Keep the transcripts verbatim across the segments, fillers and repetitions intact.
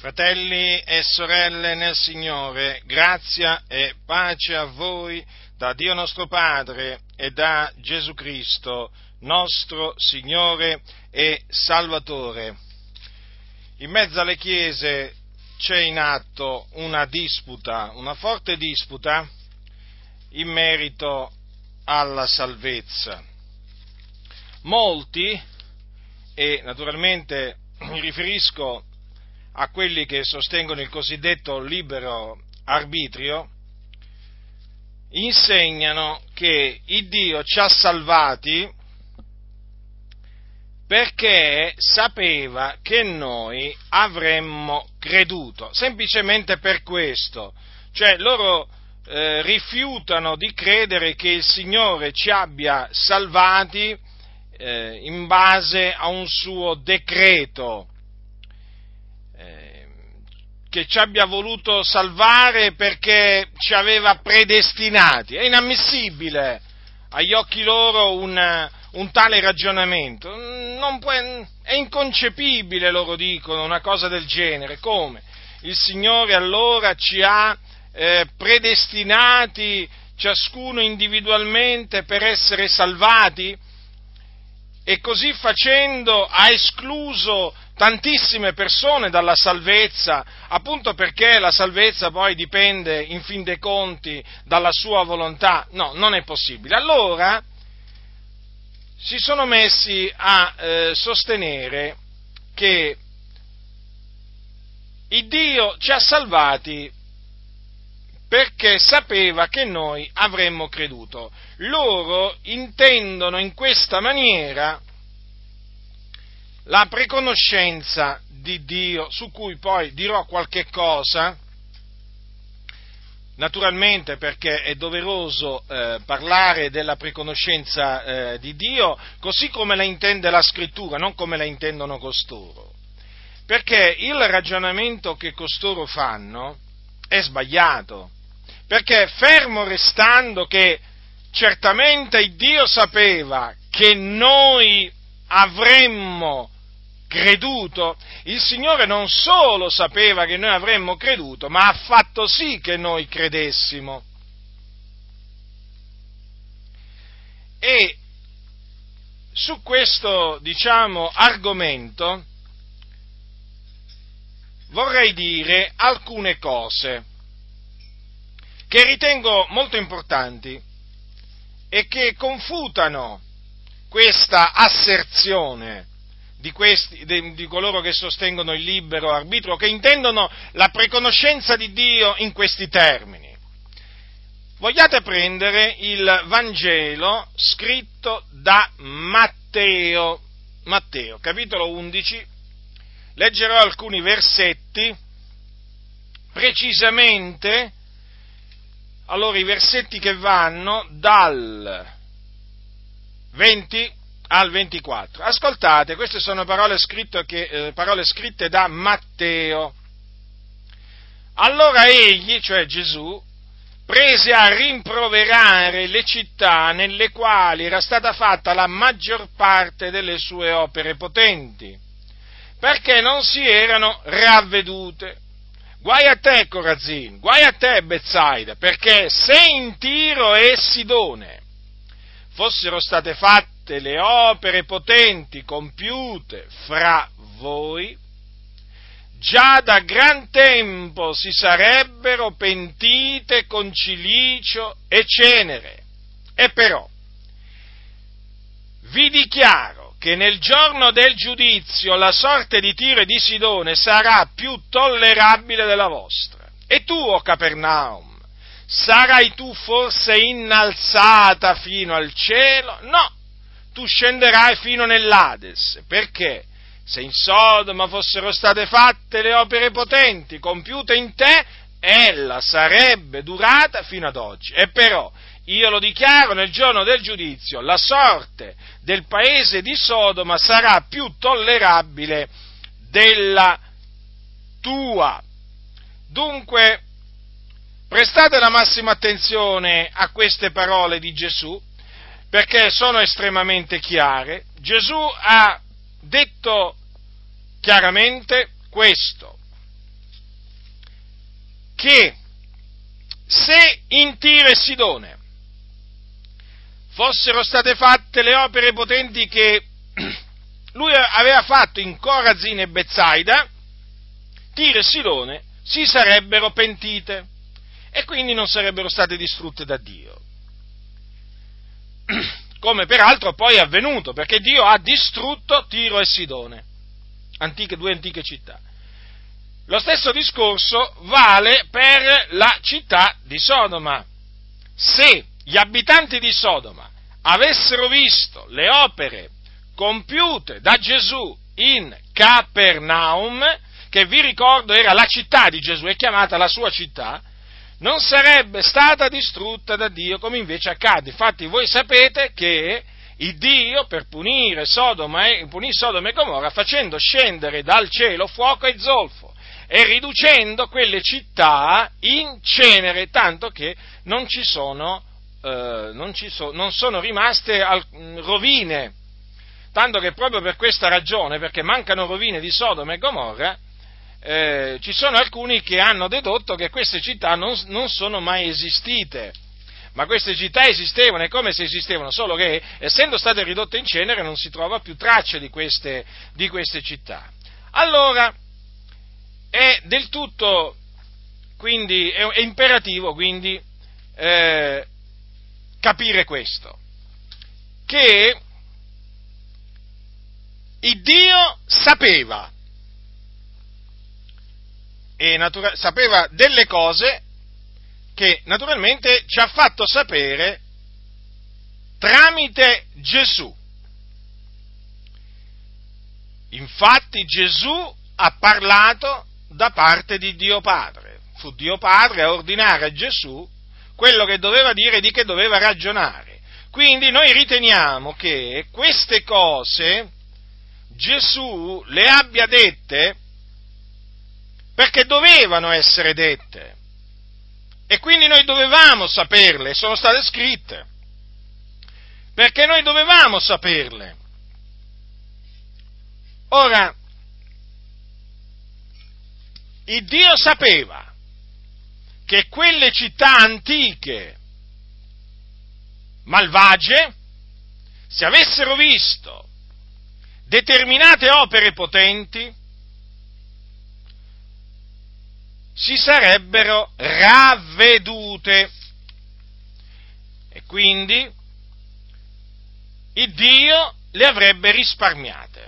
Fratelli e sorelle nel Signore, grazia e pace a voi da Dio nostro Padre e da Gesù Cristo, nostro Signore e Salvatore. In mezzo alle chiese c'è in atto una disputa, una forte disputa in merito alla salvezza. Molti, e naturalmente mi riferisco a quelli che sostengono il cosiddetto libero arbitrio, insegnano che il Dio ci ha salvati perché sapeva che noi avremmo creduto, semplicemente per questo. Cioè loro eh, rifiutano di credere che il Signore ci abbia salvati eh, in base a un suo decreto, che ci abbia voluto salvare perché ci aveva predestinati. È inammissibile agli occhi loro un, un tale ragionamento. Non può, è inconcepibile, loro dicono, una cosa del genere. Come? Il Signore allora ci ha eh, predestinati ciascuno individualmente per essere salvati e così facendo ha escluso tantissime persone dalla salvezza, appunto perché la salvezza poi dipende in fin dei conti dalla sua volontà. No, non è possibile. Allora si sono messi a eh, sostenere che il Dio ci ha salvati perché sapeva che noi avremmo creduto. Loro intendono in questa maniera la preconoscenza di Dio, su cui poi dirò qualche cosa, naturalmente perché è doveroso eh, parlare della preconoscenza eh, di Dio così come la intende la Scrittura, non come la intendono costoro. Perché il ragionamento che costoro fanno è sbagliato, perché fermo restando che certamente il Dio sapeva che noi avremmo creduto, il Signore non solo sapeva che noi avremmo creduto, ma ha fatto sì che noi credessimo. E su questo, diciamo, argomento vorrei dire alcune cose che ritengo molto importanti e che confutano questa asserzione di, questi, di, di coloro che sostengono il libero arbitrio, che intendono la preconoscenza di Dio in questi termini. Vogliate prendere il Vangelo scritto da Matteo, Matteo, capitolo undici, leggerò alcuni versetti, precisamente, allora i versetti che vanno dal venti al ventiquattro. Ascoltate, queste sono parole scritte, che, eh, parole scritte da Matteo. Allora egli, cioè Gesù, prese a rimproverare le città nelle quali era stata fatta la maggior parte delle sue opere potenti, perché non si erano ravvedute. Guai a te, Corazin, guai a te, Betsaida, perché se in Tiro e Sidone fossero state fatte le opere potenti compiute fra voi, già da gran tempo si sarebbero pentite con cilicio e cenere. E però vi dichiaro che nel giorno del giudizio la sorte di Tiro e di Sidone sarà più tollerabile della vostra. E tu, o Capernaum, sarai tu forse innalzata fino al cielo? No, tu scenderai fino nell'Ades, perché se in Sodoma fossero state fatte le opere potenti compiute in te, ella sarebbe durata fino ad oggi. E però io lo dichiaro, nel giorno del giudizio la sorte del paese di Sodoma sarà più tollerabile della tua. Dunque, prestate la massima attenzione a queste parole di Gesù, perché sono estremamente chiare. Gesù ha detto chiaramente questo: che se in Tiro e Sidone fossero state fatte le opere potenti che lui aveva fatto in Corazin e Betsaida, Tiro e Sidone si sarebbero pentite e quindi non sarebbero state distrutte da Dio. Come peraltro poi è avvenuto, perché Dio ha distrutto Tiro e Sidone, antiche, due antiche città. Lo stesso discorso vale per la città di Sodoma. Se gli abitanti di Sodoma avessero visto le opere compiute da Gesù in Capernaum, che vi ricordo era la città di Gesù, è chiamata la sua città, non sarebbe stata distrutta da Dio come invece accade. Infatti voi sapete che il Dio per punire Sodoma e, punì Sodoma e Gomorra facendo scendere dal cielo fuoco e zolfo e riducendo quelle città in cenere, tanto che non ci sono, eh, non, ci so, non sono rimaste al, rovine, tanto che proprio per questa ragione, perché mancano rovine di Sodoma e Gomorra, eh, ci sono alcuni che hanno dedotto che queste città non, non sono mai esistite. Ma queste città esistevano, è come se esistevano, solo che essendo state ridotte in cenere non si trova più traccia di queste, di queste città. Allora, è del tutto, quindi, è, è imperativo, quindi, eh, capire questo, che il Dio sapeva, e natura- sapeva delle cose che naturalmente ci ha fatto sapere tramite Gesù. Infatti Gesù ha parlato da parte di Dio Padre. Fu Dio Padre a ordinare a Gesù quello che doveva dire e di che doveva ragionare. Quindi noi riteniamo che queste cose Gesù le abbia dette perché dovevano essere dette. E quindi noi dovevamo saperle, sono state scritte, perché noi dovevamo saperle. Ora, il Dio sapeva che quelle città antiche, malvagie, se avessero visto determinate opere potenti, si sarebbero ravvedute e quindi il Dio le avrebbe risparmiate.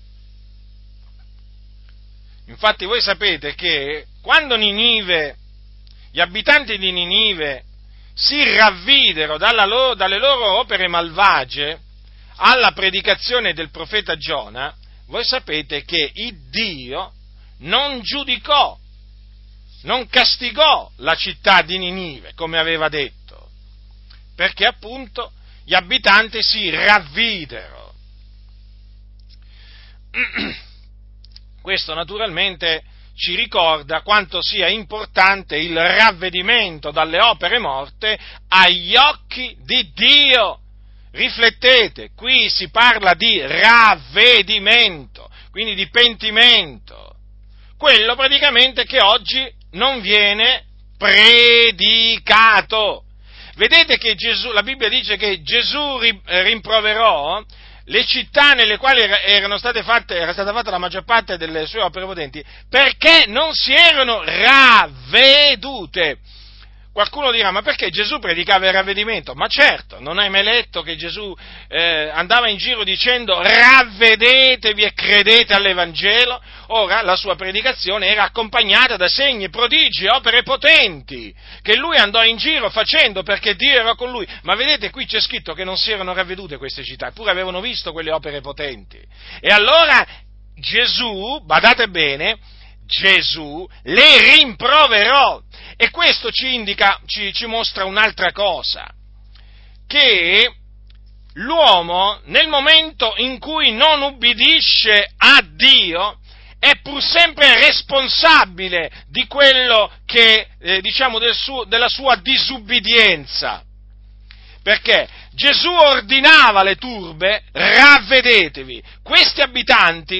Infatti voi sapete che quando Ninive, gli abitanti di Ninive si ravvidero dalla loro, dalle loro opere malvagie alla predicazione del profeta Giona, voi sapete che il Dio non giudicò, non castigò la città di Ninive, come aveva detto, perché appunto gli abitanti si ravvidero. Questo naturalmente ci ricorda quanto sia importante il ravvedimento dalle opere morte agli occhi di Dio. Riflettete, qui si parla di ravvedimento, quindi di pentimento, quello praticamente che oggi non viene predicato. Vedete che Gesù, la Bibbia dice che Gesù rimproverò le città nelle quali erano state fatte, era stata fatta la maggior parte delle sue opere potenti, perché non si erano ravvedute. Qualcuno dirà, ma perché Gesù predicava il ravvedimento? Ma certo, non hai mai letto che Gesù eh, andava in giro dicendo ravvedetevi e credete all'Evangelo? Ora, la sua predicazione era accompagnata da segni, prodigi, opere potenti, che lui andò in giro facendo perché Dio era con lui. Ma vedete, qui c'è scritto che non si erano ravvedute queste città, eppure avevano visto quelle opere potenti. E allora Gesù, badate bene, Gesù le rimproverò. E questo ci indica, ci, ci mostra un'altra cosa, che l'uomo nel momento in cui non ubbidisce a Dio è pur sempre responsabile di quello che, eh, diciamo, del suo, della sua disubbidienza. Perché Gesù ordinava alle turbe, ravvedetevi. Questi abitanti,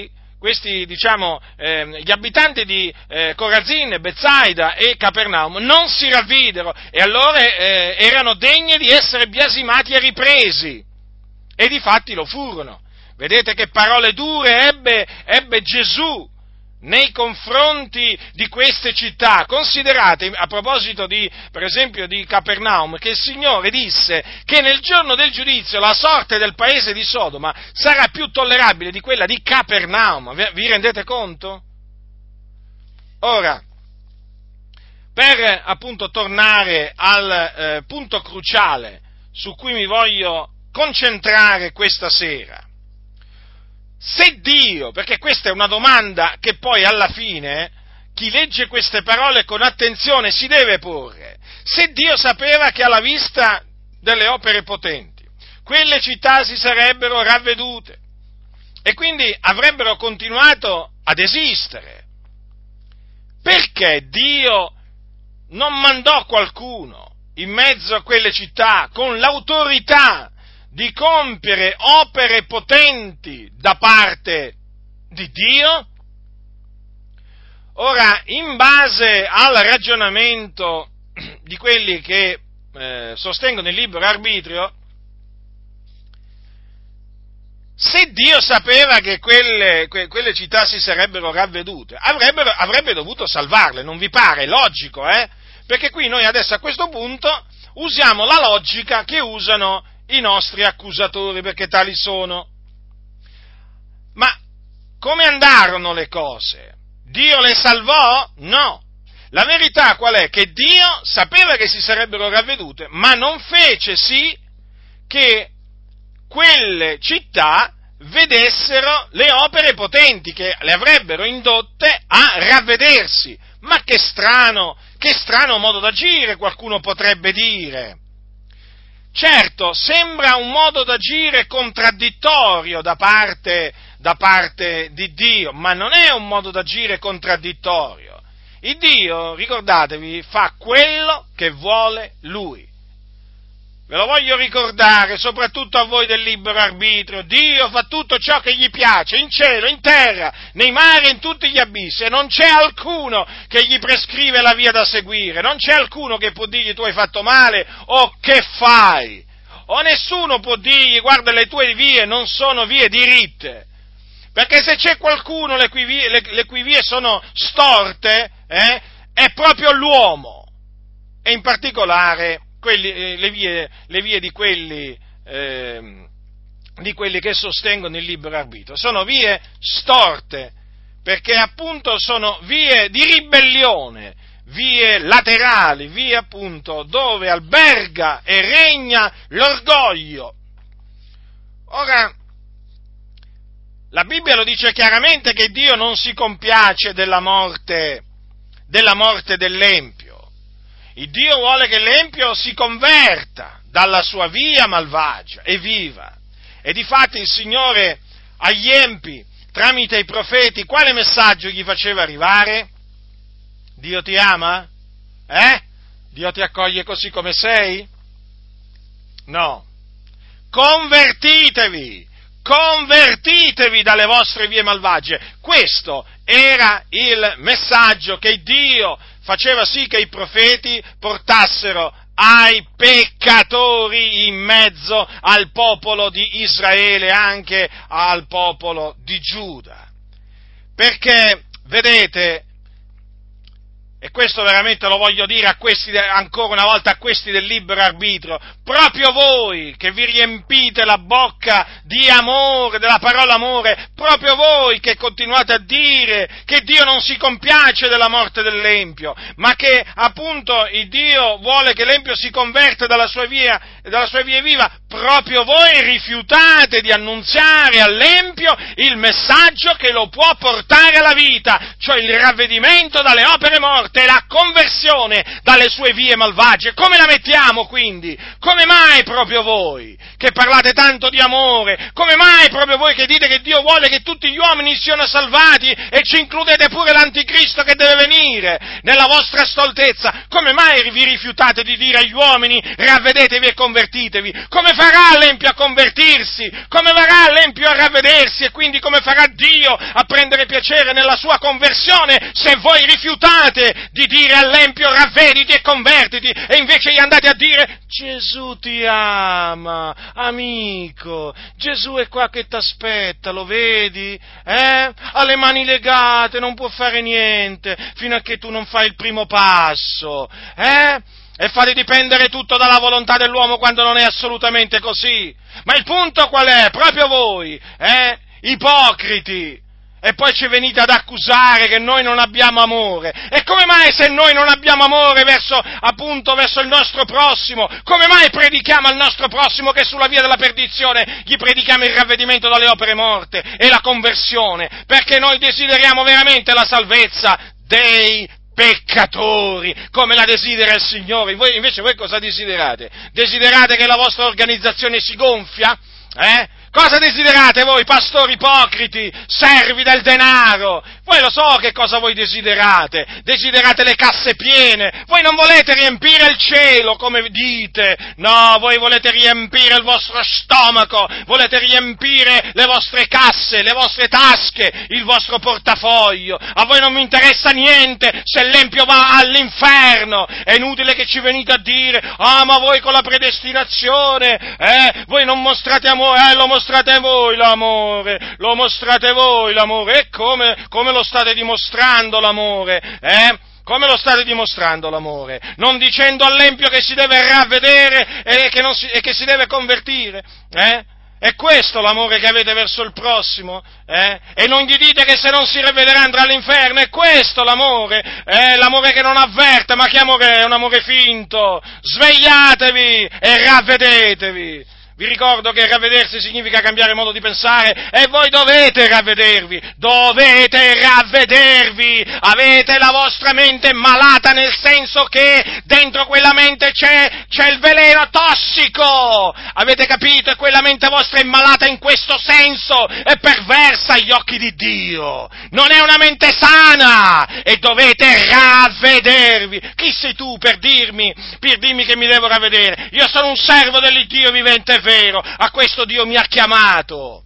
questi diciamo, eh, gli abitanti di eh, Corazin, Betsaida e Capernaum non si ravvidero e allora eh, erano degni di essere biasimati e ripresi, e difatti lo furono. Vedete che parole dure ebbe, ebbe Gesù nei confronti di queste città. Considerate, a proposito di, per esempio, di Capernaum, che il Signore disse che nel giorno del giudizio la sorte del paese di Sodoma sarà più tollerabile di quella di Capernaum. Vi rendete conto? Ora, per appunto tornare al eh, punto cruciale su cui mi voglio concentrare questa sera, se Dio, perché questa è una domanda che poi alla fine chi legge queste parole con attenzione si deve porre, se Dio sapeva che alla vista delle opere potenti quelle città si sarebbero ravvedute e quindi avrebbero continuato ad esistere, perché Dio non mandò qualcuno in mezzo a quelle città con l'autorità di compiere opere potenti da parte di Dio? Ora, in base al ragionamento di quelli che eh, sostengono il libero arbitrio, se Dio sapeva che quelle, que, quelle città si sarebbero ravvedute, avrebbero, avrebbe dovuto salvarle, non vi pare? Logico, eh? Perché qui noi adesso a questo punto usiamo la logica che usano i nostri accusatori, perché tali sono. Ma come andarono le cose? Dio le salvò? No. La verità qual è? Che Dio sapeva che si sarebbero ravvedute, ma non fece sì che quelle città vedessero le opere potenti che le avrebbero indotte a ravvedersi. Ma che strano, che strano modo d'agire, qualcuno potrebbe dire. Certo, sembra un modo d'agire contraddittorio da parte, da parte di Dio, ma non è un modo d'agire contraddittorio. Il Dio, ricordatevi, fa quello che vuole Lui. Ve lo voglio ricordare, soprattutto a voi del libero arbitrio. Dio fa tutto ciò che gli piace, in cielo, in terra, nei mari e in tutti gli abissi, e non c'è alcuno che gli prescrive la via da seguire, non c'è alcuno che può dirgli tu hai fatto male o che fai, o nessuno può dirgli guarda le tue vie non sono vie diritte, perché se c'è qualcuno le cui vie, le, le cui vie sono storte, eh, è proprio l'uomo, e in particolare Quelli, eh, le, vie, le vie di quelli, eh, di quelli che sostengono il libero arbitrio. Sono vie storte, perché appunto sono vie di ribellione, vie laterali, vie appunto dove alberga e regna l'orgoglio. Ora, la Bibbia lo dice chiaramente che Dio non si compiace della morte, della morte dell'empio. Il Dio vuole che l'empio si converta dalla sua via malvagia e viva. E difatti il Signore agli empi, tramite i profeti, quale messaggio gli faceva arrivare? Dio ti ama? Eh? Dio ti accoglie così come sei? No. Convertitevi! Convertitevi dalle vostre vie malvagie. Questo era il messaggio che Dio faceva sì che i profeti portassero ai peccatori in mezzo al popolo di Israele, anche al popolo di Giuda. Perché, vedete, e questo veramente lo voglio dire a questi, ancora una volta a questi del libero arbitrio, proprio voi che vi riempite la bocca di amore, della parola amore, proprio voi che continuate a dire che Dio non si compiace della morte dell'empio, ma che appunto il Dio vuole che l'empio si converta dalla sua via, dalla sua via viva, proprio voi rifiutate di annunziare all'empio il messaggio che lo può portare alla vita, cioè il ravvedimento dalle opere morte. morte e la conversione dalle sue vie malvagie. Come la mettiamo quindi? Come mai proprio voi, che parlate tanto di amore, come mai proprio voi che dite che Dio vuole che tutti gli uomini siano salvati e ci includete pure l'anticristo che deve venire nella vostra stoltezza, come mai vi rifiutate di dire agli uomini ravvedetevi e convertitevi? Come farà l'empio a convertirsi? Come farà l'empio a ravvedersi? E quindi come farà Dio a prendere piacere nella sua conversione se voi rifiutate di dire all'empio ravvediti e convertiti e invece gli andate a dire Gesù ti ama, amico, Gesù è qua che ti aspetta, lo vedi? Eh? Ha le mani legate, non può fare niente fino a che tu non fai il primo passo, eh? E fate dipendere tutto dalla volontà dell'uomo quando non è assolutamente così. Ma il punto qual è? Proprio voi, eh? Ipocriti! E poi ci venite ad accusare che noi non abbiamo amore. E come mai se noi non abbiamo amore verso, appunto, verso il nostro prossimo, come mai predichiamo al nostro prossimo che è sulla via della perdizione, gli predichiamo il ravvedimento dalle opere morte e la conversione? Perché noi desideriamo veramente la salvezza dei peccatori, come la desidera il Signore. Voi, invece voi cosa desiderate? Desiderate che la vostra organizzazione si gonfia? Eh? Cosa desiderate voi, pastori ipocriti, servi del denaro? Voi lo so che cosa voi desiderate, desiderate le casse piene, voi non volete riempire il cielo, come dite, no, voi volete riempire il vostro stomaco, volete riempire le vostre casse, le vostre tasche, il vostro portafoglio, a voi non mi interessa niente se l'empio va all'inferno, è inutile che ci venite a dire, ah, ma voi con la predestinazione, eh, voi non mostrate amore, eh, lo mostrate mostrate voi l'amore, lo mostrate voi l'amore, e come, come lo state dimostrando l'amore, eh? Come lo state dimostrando l'amore? Non dicendo all'empio che si deve ravvedere e che, non si, e che si deve convertire, eh? È questo l'amore che avete verso il prossimo? Eh? E non gli dite che se non si ravvederà andrà all'inferno? È questo l'amore? È l'amore che non avverte, ma che amore è? Un amore finto! Svegliatevi e ravvedetevi! Vi ricordo che ravvedersi significa cambiare modo di pensare e voi dovete ravvedervi, dovete ravvedervi, avete la vostra mente malata nel senso che dentro quella mente c'è, c'è il veleno tossico, avete capito? E quella mente vostra è malata in questo senso, è perversa agli occhi di Dio, non è una mente sana e dovete ravvedervi. Chi sei tu per dirmi, per dirmi che mi devo ravvedere? Io sono un servo dell'Iddio vivente, vero, a questo Dio mi ha chiamato.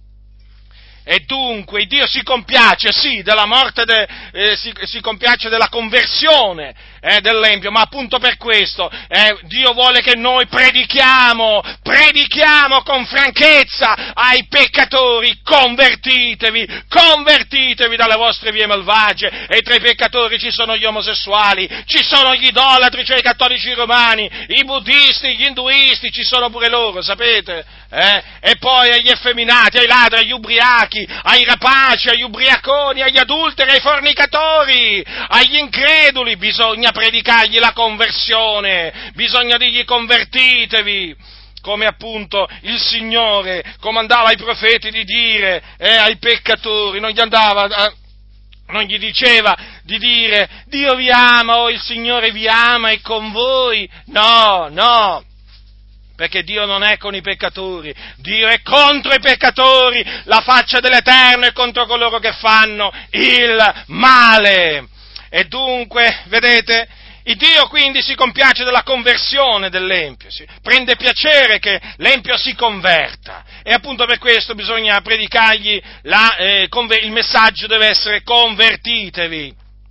E dunque Dio si compiace, sì, della morte, de, eh, si, si compiace della conversione eh, dell'empio, ma appunto per questo eh, Dio vuole che noi predichiamo, predichiamo con franchezza ai peccatori, convertitevi, convertitevi dalle vostre vie malvagie, e tra i peccatori ci sono gli omosessuali, ci sono gli idolatri, cioè i cattolici romani, i buddisti, gli induisti, ci sono pure loro, sapete? Eh? E poi agli effeminati, ai ladri, agli ubriachi, ai rapaci, agli ubriaconi, agli adulteri, ai fornicatori, agli increduli, bisogna predicargli la conversione, bisogna dirgli convertitevi, come appunto il Signore comandava ai profeti di dire eh, ai peccatori, non gli andava a, non gli diceva di dire Dio vi ama o il Signore vi ama e con voi, no, no. Perché Dio non è con i peccatori, Dio è contro i peccatori, la faccia dell'Eterno è contro coloro che fanno il male. E dunque, vedete, il Dio quindi si compiace della conversione dell'empio, si prende piacere che l'empio si converta, e appunto per questo bisogna predicargli la, eh, conver- il messaggio deve essere convertitevi.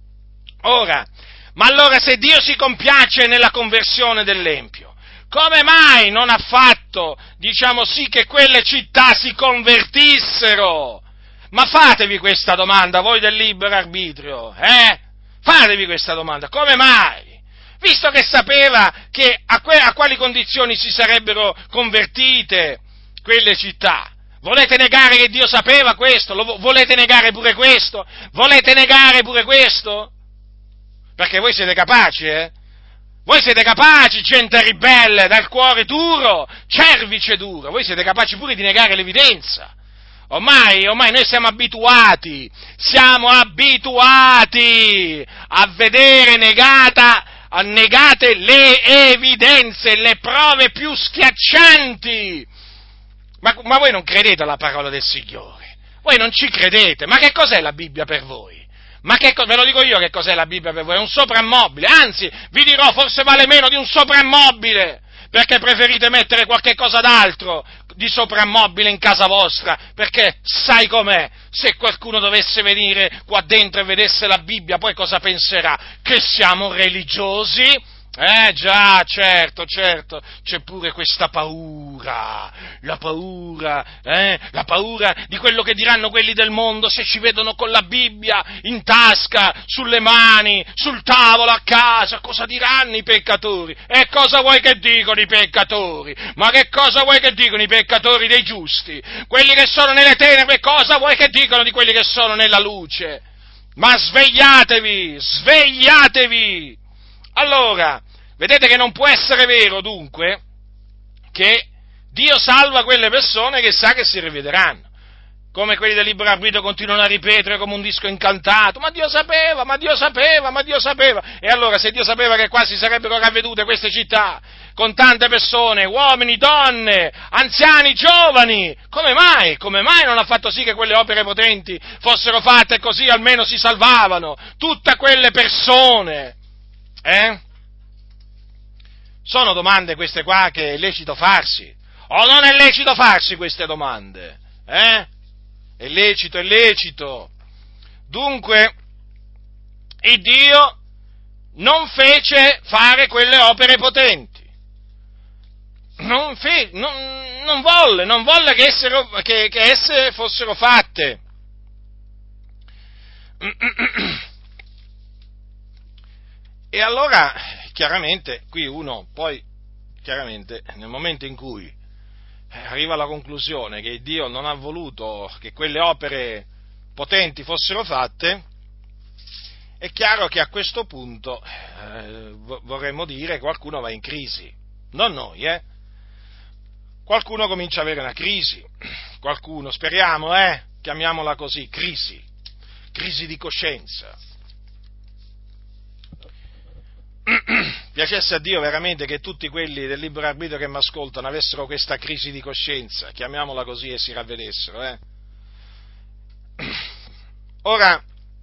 Ora, ma allora se Dio si compiace nella conversione dell'empio, come mai non ha fatto, diciamo sì, che quelle città si convertissero? Ma fatevi questa domanda, voi del libero arbitrio, eh? Fatevi questa domanda, come mai? Visto che sapeva che a, que- a quali condizioni si sarebbero convertite quelle città, volete negare che Dio sapeva questo? Lo vo- volete negare pure questo? Volete negare pure questo? Perché voi siete capaci, eh? Voi siete capaci, gente ribelle, dal cuore duro, cervice duro, voi siete capaci pure di negare l'evidenza. Ormai, ormai noi siamo abituati, siamo abituati a vedere negata, a negate le evidenze, le prove più schiaccianti. Ma, ma voi non credete alla parola del Signore? Voi non ci credete? Ma che cos'è la Bibbia per voi? Ma che ve lo dico io che cos'è la Bibbia per voi? È un soprammobile, anzi, vi dirò, forse vale meno di un soprammobile, perché preferite mettere qualche cosa d'altro di soprammobile in casa vostra, perché sai com'è, se qualcuno dovesse venire qua dentro e vedesse la Bibbia, poi cosa penserà? Che siamo religiosi? Eh già, certo, certo, c'è pure questa paura, la paura, eh, la paura di quello che diranno quelli del mondo se ci vedono con la Bibbia in tasca, sulle mani, sul tavolo a casa, cosa diranno i peccatori? E cosa vuoi che dicono i peccatori? Ma che cosa vuoi che dicono i peccatori dei giusti? Quelli che sono nelle tenebre, cosa vuoi che dicono di quelli che sono nella luce? Ma svegliatevi, svegliatevi! Allora, vedete che non può essere vero, dunque, che Dio salva quelle persone che sa che si rivederanno. Come quelli del libero arbitrio continuano a ripetere come un disco incantato, ma Dio sapeva, ma Dio sapeva, ma Dio sapeva. E allora, se Dio sapeva che qua si sarebbero ravvedute queste città, con tante persone, uomini, donne, anziani, giovani, come mai? Come mai non ha fatto sì che quelle opere potenti fossero fatte e così almeno si salvavano tutte quelle persone? Eh? Sono domande queste qua che è lecito farsi, o non è lecito farsi queste domande? Eh? È lecito, è lecito. Dunque, il Dio non fece fare quelle opere potenti, non, fe, non, non volle, non volle che, essero, che, che esse fossero fatte. E allora, chiaramente, qui uno poi, chiaramente, nel momento in cui arriva alla conclusione che Dio non ha voluto che quelle opere potenti fossero fatte, è chiaro che a questo punto eh, vorremmo dire che qualcuno va in crisi. Non noi, eh? Qualcuno comincia ad avere una crisi, qualcuno, speriamo, eh? Chiamiamola così, crisi, crisi di coscienza. Piacesse a Dio veramente che tutti quelli del libero arbitrio che mi ascoltano avessero questa crisi di coscienza, chiamiamola così, e si ravvedessero. Eh? Ora,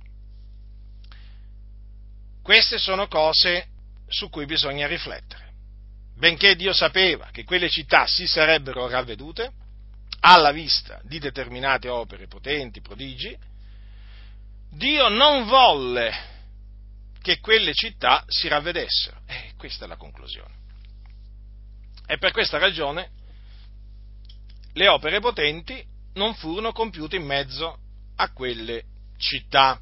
queste sono cose su cui bisogna riflettere. Benché Dio sapeva che quelle città si sarebbero ravvedute, alla vista di determinate opere potenti, prodigi, Dio non volle che quelle città si ravvedessero. E questa è la conclusione. E per questa ragione le opere potenti non furono compiute in mezzo a quelle città.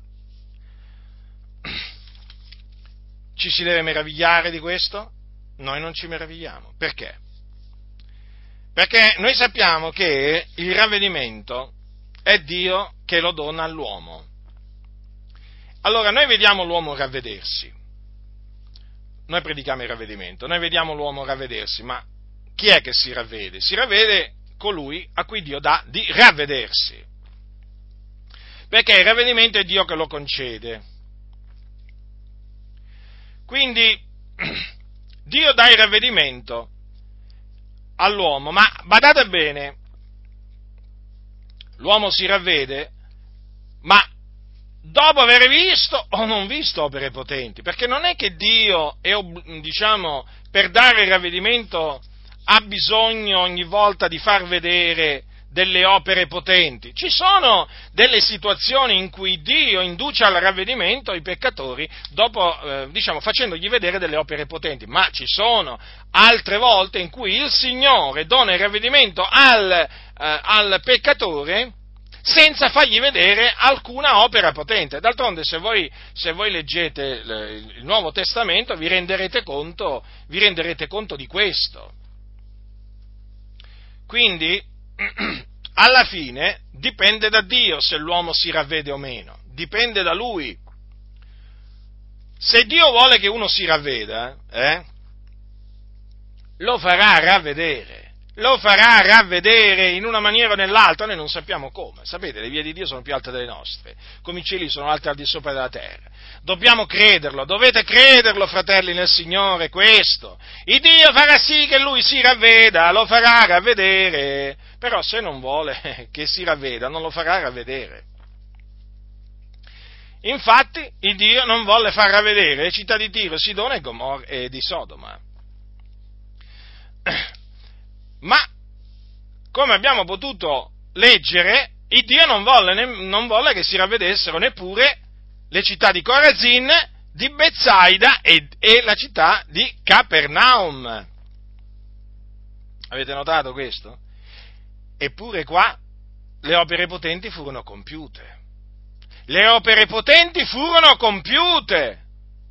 Ci si deve meravigliare di questo? Noi non ci meravigliamo. Perché? Perché noi sappiamo che il ravvedimento è Dio che lo dona all'uomo. Allora, noi vediamo l'uomo ravvedersi, noi predichiamo il ravvedimento, noi vediamo l'uomo ravvedersi, ma chi è che si ravvede? Si ravvede colui a cui Dio dà di ravvedersi, perché il ravvedimento è Dio che lo concede. Quindi, Dio dà il ravvedimento all'uomo, ma badate bene, l'uomo si ravvede, ma dopo aver visto o non visto opere potenti, perché non è che Dio, è, diciamo, per dare il ravvedimento ha bisogno ogni volta di far vedere delle opere potenti. Ci sono delle situazioni in cui Dio induce al ravvedimento i peccatori, dopo, eh, diciamo, facendogli vedere delle opere potenti, ma ci sono altre volte in cui il Signore dona il ravvedimento al, eh, al peccatore senza fargli vedere alcuna opera potente. D'altronde, se voi, se voi leggete il, il Nuovo Testamento, vi renderete conto, vi renderete conto di questo. Quindi, alla fine, dipende da Dio se l'uomo si ravvede o meno, dipende da Lui. Se Dio vuole che uno si ravveda, eh, lo farà ravvedere, lo farà ravvedere in una maniera o nell'altra, noi non sappiamo come. Sapete, le vie di Dio sono più alte delle nostre, come i cieli sono alti al di sopra della terra. Dobbiamo crederlo, dovete crederlo, fratelli nel Signore, questo. Il Dio farà sì che lui si ravveda, lo farà ravvedere, però se non vuole che si ravveda, non lo farà ravvedere. Infatti, il Dio non volle far ravvedere le città di Tiro, Sidone e Gomorra e di Sodoma. Ma, come abbiamo potuto leggere, il Dio non volle, non volle che si ravvedessero neppure le città di Corazin, di Betsaida e, e la città di Capernaum. Avete notato questo? Eppure qua le opere potenti furono compiute. Le opere potenti furono compiute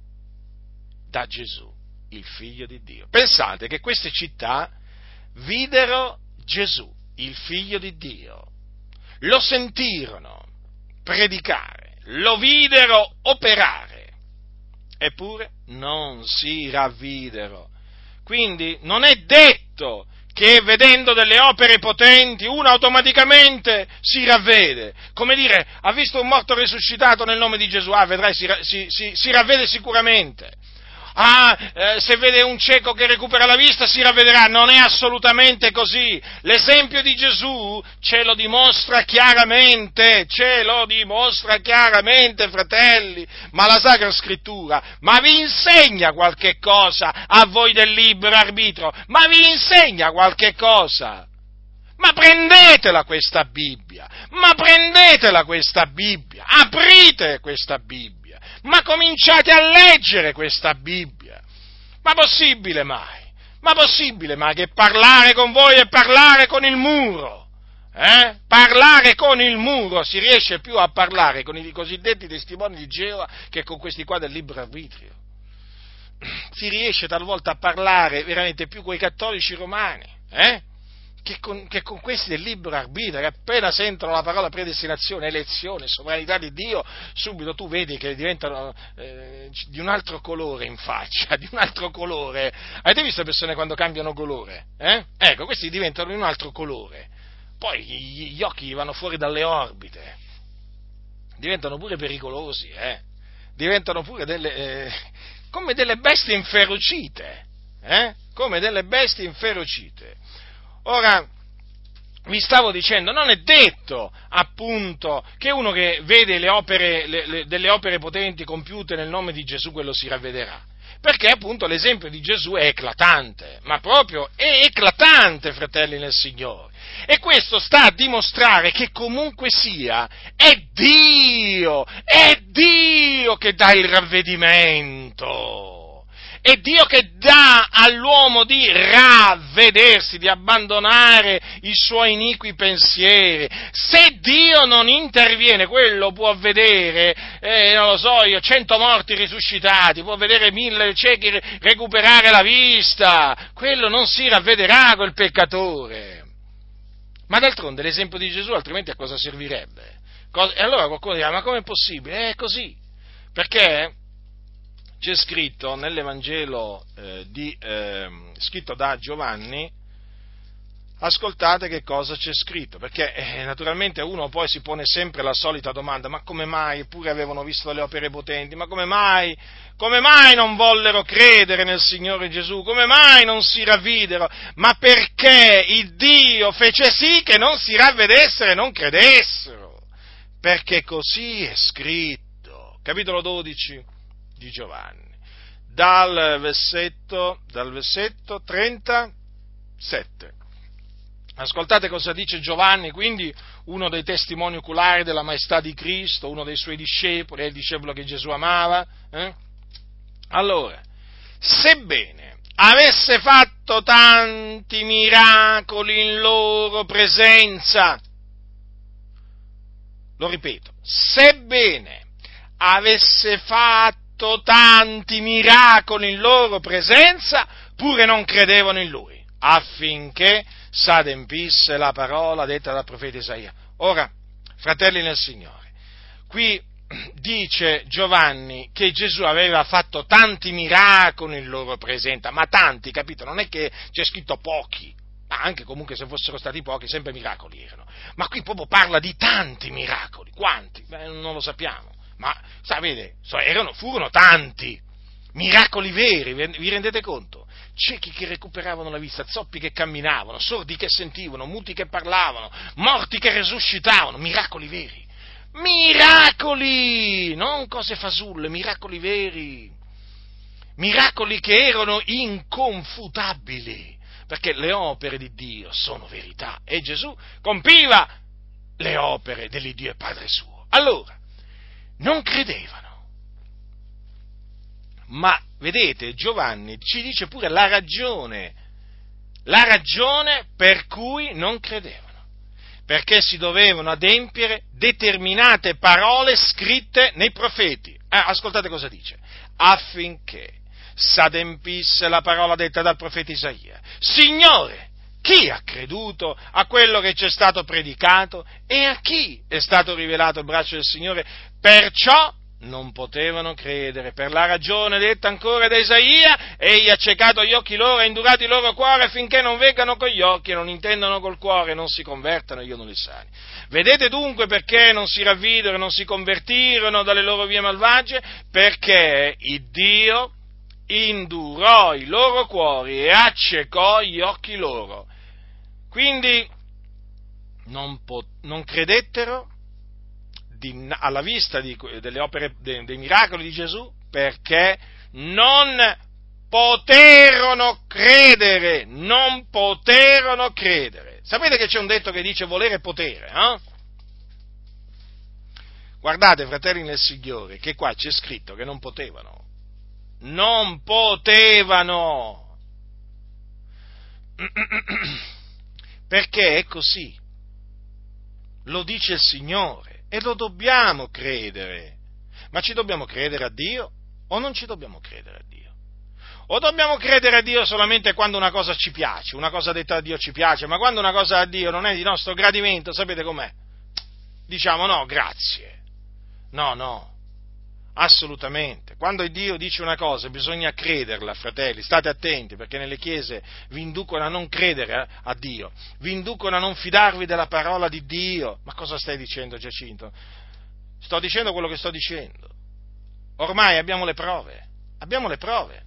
da Gesù, il Figlio di Dio. Pensate che queste città videro Gesù, il Figlio di Dio, lo sentirono predicare, lo videro operare, eppure non si ravvidero. Quindi non è detto che vedendo delle opere potenti uno automaticamente si ravvede. Come dire, ha visto un morto risuscitato nel nome di Gesù, ah, vedrai, si, si, si, si ravvede sicuramente. Ah, eh, se vede un cieco che recupera la vista si ravvederà. Non è assolutamente così. L'esempio di Gesù ce lo dimostra chiaramente, ce lo dimostra chiaramente, fratelli. Ma la Sacra Scrittura, ma vi insegna qualche cosa a voi del libero arbitrio? Ma vi insegna qualche cosa? Ma prendetela questa Bibbia, ma prendetela questa Bibbia, aprite questa Bibbia. Ma cominciate a leggere questa Bibbia. Ma possibile mai? Ma possibile mai che parlare con voi è parlare con il muro? Eh? Parlare con il muro, si riesce più a parlare con i cosiddetti testimoni di Geova che con questi qua del libero arbitrio. Si riesce talvolta a parlare veramente più con i cattolici romani, eh? Che con, che con questi del libero arbitrio, che appena sentono la parola predestinazione, elezione, sovranità di Dio, subito tu vedi che diventano eh, di un altro colore in faccia, di un altro colore. Avete visto le persone quando cambiano colore? Eh? Ecco, questi diventano di un altro colore. Poi gli, gli occhi vanno fuori dalle orbite, diventano pure pericolosi, eh? Diventano pure delle, eh, come delle bestie inferocite, eh? Come delle bestie inferocite. Ora, vi stavo dicendo, non è detto, appunto, che uno che vede le opere, le, le, delle opere potenti compiute nel nome di Gesù, quello si ravvederà. Perché, appunto, l'esempio di Gesù è eclatante, ma proprio è eclatante, fratelli nel Signore. E questo sta a dimostrare che comunque sia, è Dio, è Dio che dà il ravvedimento. È Dio che dà all'uomo di ravvedersi, di abbandonare i suoi iniqui pensieri. Se Dio non interviene, quello può vedere, eh, non lo so io, cento morti risuscitati, può vedere mille ciechi recuperare la vista, quello non si ravvederà quel peccatore. Ma d'altronde l'esempio di Gesù altrimenti a cosa servirebbe? E allora qualcuno dirà, ma com'è possibile? È così, perché c'è scritto nell'Evangelo eh, di, eh, scritto da Giovanni, ascoltate che cosa c'è scritto, perché eh, naturalmente uno poi si pone sempre la solita domanda, ma come mai, eppure avevano visto le opere potenti, ma come mai, come mai non vollero credere nel Signore Gesù, come mai non si ravvidero, ma perché il Dio fece sì che non si ravvedessero e non credessero, perché così è scritto, capitolo dodici di Giovanni, dal versetto, dal versetto trentasette. Ascoltate cosa dice Giovanni, quindi uno dei testimoni oculari della maestà di Cristo, uno dei suoi discepoli, è il discepolo che Gesù amava. Eh? Allora, sebbene avesse fatto tanti miracoli in loro presenza, lo ripeto, sebbene avesse fatto tanti miracoli in loro presenza, pure non credevano in lui, affinché s'adempisse la parola detta dal profeta Isaia. Ora, fratelli nel Signore, qui dice Giovanni che Gesù aveva fatto tanti miracoli in loro presenza, ma tanti, capito? Non è che c'è scritto pochi, ma anche comunque se fossero stati pochi, sempre miracoli erano. Ma qui proprio parla di tanti miracoli, quanti? Beh, non lo sappiamo, ma sapete, erano, furono tanti, miracoli veri, vi rendete conto? Ciechi che recuperavano la vista, zoppi che camminavano, sordi che sentivano, muti che parlavano, morti che resuscitavano, miracoli veri, miracoli, non cose fasulle, miracoli veri, miracoli che erano inconfutabili, perché le opere di Dio sono verità e Gesù compiva le opere dell'Iddio e Padre suo. Allora, non credevano. Ma vedete, Giovanni ci dice pure la ragione, la ragione per cui non credevano, perché si dovevano adempiere determinate parole scritte nei profeti. Eh, ascoltate cosa dice, affinché s'adempisse la parola detta dal profeta Isaia. Signore, chi ha creduto a quello che ci è stato predicato e a chi è stato rivelato il braccio del Signore? Perciò non potevano credere, per la ragione detta ancora da Isaia, egli ha accecato gli occhi loro, ha indurato il loro cuore affinché non veggano con gli occhi e non intendano col cuore e non si convertano, io non li sani. Vedete dunque perché non si ravvidero e non si convertirono dalle loro vie malvagie? Perché il Dio indurò i loro cuori e accecò gli occhi loro. Quindi non, pot- non credettero Di, alla vista di, delle opere, de, dei miracoli di Gesù, perché non poterono credere, non poterono credere. Sapete che c'è un detto che dice volere e potere, eh? Guardate, fratelli nel Signore, che qua c'è scritto che non potevano, non potevano, perché è così, lo dice il Signore. E lo dobbiamo credere, ma ci dobbiamo credere a Dio o non ci dobbiamo credere a Dio? O dobbiamo credere a Dio solamente quando una cosa ci piace, una cosa detta da Dio ci piace, ma quando una cosa a Dio non è di nostro gradimento, sapete com'è? Diciamo no, grazie. No, no, assolutamente. Quando Dio dice una cosa bisogna crederla, fratelli, state attenti, perché nelle chiese vi inducono a non credere a Dio, vi inducono a non fidarvi della parola di Dio. Ma cosa stai dicendo, Giacinto? Sto dicendo quello che sto dicendo. Ormai abbiamo le prove, abbiamo le prove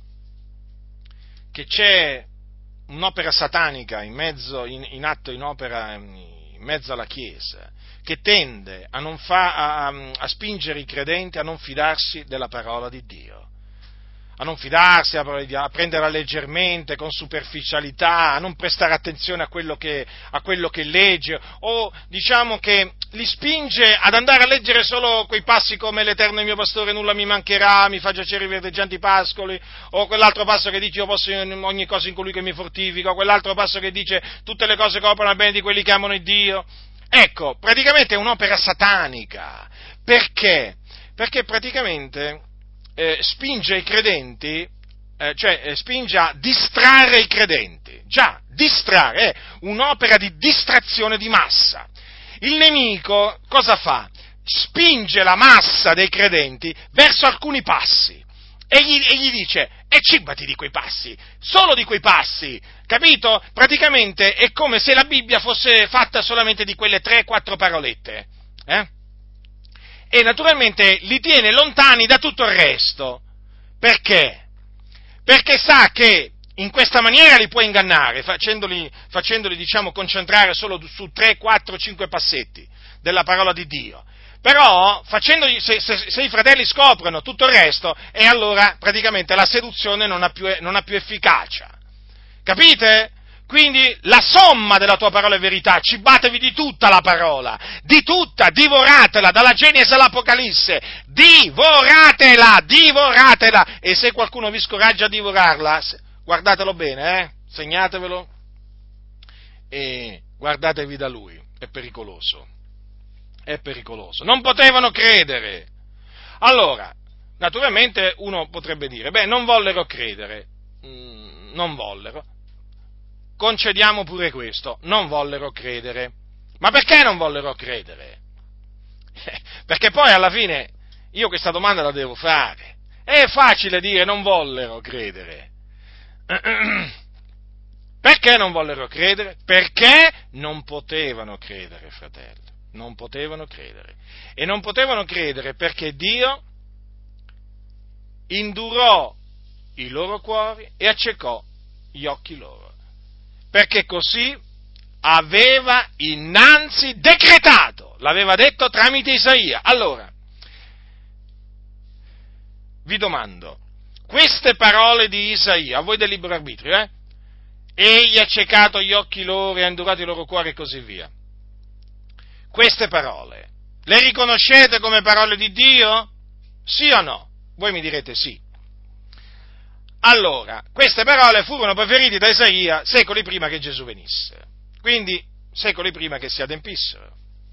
che c'è un'opera satanica in mezzo, in, in atto in opera in mezzo alla Chiesa, che tende a, non fa, a, a spingere i credenti a non fidarsi della parola di Dio, a non fidarsi, a, a prenderla leggermente, con superficialità, a non prestare attenzione a quello che, a quello che legge, o diciamo che li spinge ad andare a leggere solo quei passi come l'Eterno è il mio pastore, nulla mi mancherà, mi fa giacere i verdeggianti pascoli, o quell'altro passo che dice io posso in ogni cosa in colui che mi fortifica, o quell'altro passo che dice tutte le cose coprono al bene di quelli che amano il Dio. Ecco, praticamente è un'opera satanica. Perché? Perché praticamente eh, spinge i credenti, eh, cioè eh, spinge a distrarre i credenti. Già, distrarre, è un'opera di distrazione di massa. Il nemico cosa fa? Spinge la massa dei credenti verso alcuni passi. E gli, e gli dice, e cibati di quei passi, solo di quei passi, capito? Praticamente è come se la Bibbia fosse fatta solamente di quelle tre quattro parolette, eh? E naturalmente li tiene lontani da tutto il resto. Perché? Perché sa che in questa maniera li può ingannare, facendoli, facendoli diciamo, concentrare solo su tre quattro cinque passetti della parola di Dio. Però, facendogli, se, se, se i fratelli scoprono tutto il resto, e allora praticamente la seduzione non ha più, non ha più efficacia. Capite? Quindi la somma della tua parola è verità, cibatevi di tutta la parola, di tutta, divoratela, dalla Genesi all'Apocalisse, divoratela, divoratela, e se qualcuno vi scoraggia a divorarla, guardatelo bene, eh? Segnatevelo, e guardatevi da lui, è pericoloso. È pericoloso. Non potevano credere. Allora, naturalmente uno potrebbe dire, beh, non vollero credere, mm, non vollero. Concediamo pure questo, non vollero credere. Ma perché non vollero credere? Eh, perché poi alla fine io questa domanda la devo fare. È facile dire non vollero credere. Perché non vollero credere? Perché non potevano credere, fratelli, non potevano credere. E non potevano credere perché Dio indurò i loro cuori e accecò gli occhi loro, perché così aveva innanzi decretato, l'aveva detto tramite Isaia. Allora, vi domando, queste parole di Isaia, a voi del libero arbitrio, eh? Egli ha accecato gli occhi loro e ha indurato i loro cuori e così via. Queste parole, le riconoscete come parole di Dio? Sì o no? Voi mi direte sì. Allora, queste parole furono proferite da Isaia secoli prima che Gesù venisse, quindi secoli prima che si adempissero.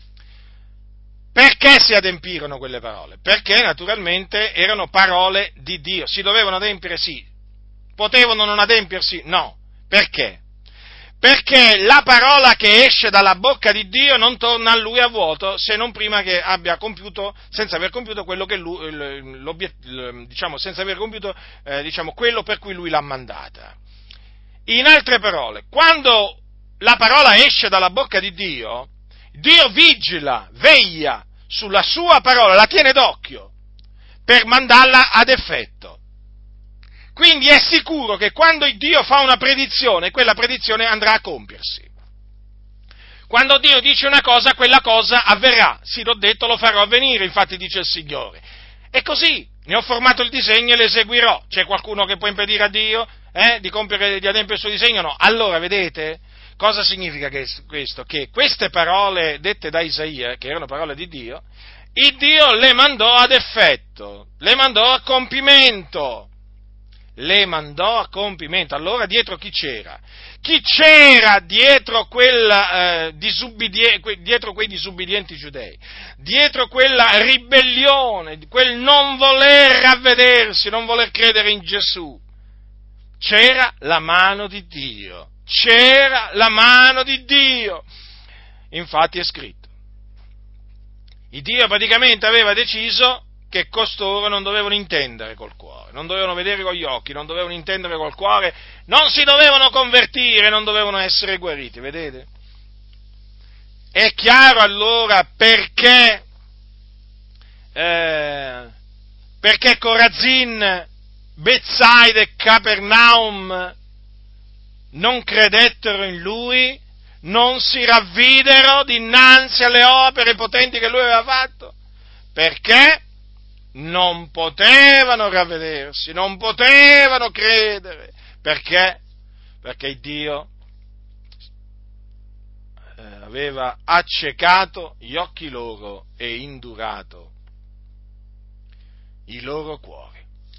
Perché si adempirono quelle parole? Perché naturalmente erano parole di Dio, si dovevano adempiere sì, potevano non adempiersi? No. Perché? Perché la parola che esce dalla bocca di Dio non torna a Lui a vuoto, se non prima che abbia compiuto, senza aver compiuto quello che lui, diciamo, senza aver compiuto, eh, diciamo, quello per cui Lui l'ha mandata. In altre parole, quando la parola esce dalla bocca di Dio, Dio vigila, veglia sulla sua parola, la tiene d'occhio per mandarla ad effetto. Quindi è sicuro che quando Dio fa una predizione, quella predizione andrà a compiersi. Quando Dio dice una cosa, quella cosa avverrà. Sì, l'ho detto, lo farò avvenire, infatti dice il Signore. E così, ne ho formato il disegno e l'eseguirò. C'è qualcuno che può impedire a Dio eh, di compiere, di adempiere il suo disegno? No. Allora, vedete, cosa significa questo? Che queste parole dette da Isaia, che erano parole di Dio, il Dio le mandò ad effetto, le mandò a compimento. Le mandò a compimento. Allora dietro chi c'era? Chi c'era dietro, quella, eh, disubbidie, dietro quei disubbidienti giudei? Dietro quella ribellione, quel non voler ravvedersi, non voler credere in Gesù? C'era la mano di Dio. C'era la mano di Dio. Infatti è scritto. Il Dio praticamente aveva deciso che costoro non dovevano intendere col cuore, non dovevano vedere con gli occhi, non dovevano intendere col cuore, non si dovevano convertire, non dovevano essere guariti, vedete? È chiaro allora perché, eh, perché Corazin, Betsaida e Capernaum non credettero in Lui, non si ravvidero dinanzi alle opere potenti che Lui aveva fatto, perché non potevano ravvedersi, non potevano credere. Perché? Perché Dio eh, aveva accecato gli occhi loro e indurato i loro cuori.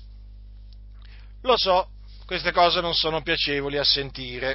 Lo so, queste cose non sono piacevoli a sentire.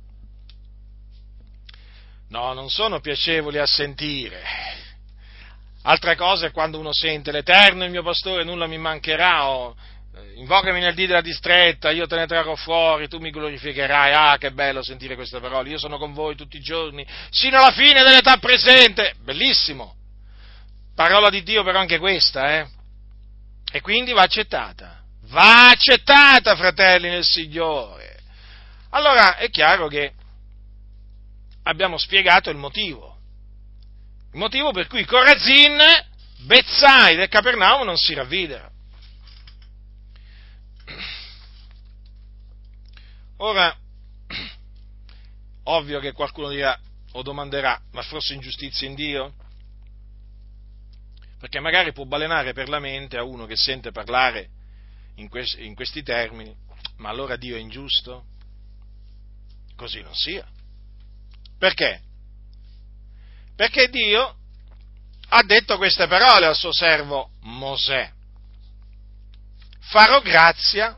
No, non sono piacevoli a sentire. Altra cosa è quando uno sente l'Eterno, il mio pastore, nulla mi mancherà, o eh, invocami nel dì della distretta, io te ne trarrò fuori, tu mi glorificherai. Ah, che bello sentire queste parole, io sono con voi tutti i giorni, sino alla fine dell'età presente. Bellissimo. Parola di Dio però anche questa, eh? E quindi va accettata. Va accettata, fratelli nel Signore. Allora, è chiaro che abbiamo spiegato il motivo. Il motivo per cui Corazin, Betsaida e Capernaum non si ravvidero. Ora, ovvio che qualcuno dirà o domanderà, ma forse ingiustizia in Dio? Perché magari può balenare per la mente a uno che sente parlare in, questi, in questi termini, ma allora Dio è ingiusto? Così non sia. Perché? Perché Dio ha detto queste parole al suo servo Mosè: farò grazia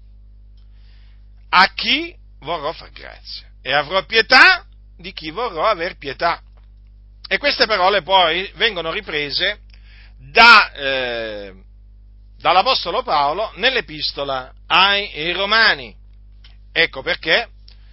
a chi vorrò far grazia e avrò pietà di chi vorrò aver pietà. E queste parole poi vengono riprese da, eh, dall'Apostolo Paolo nell'Epistola ai Romani. Ecco perché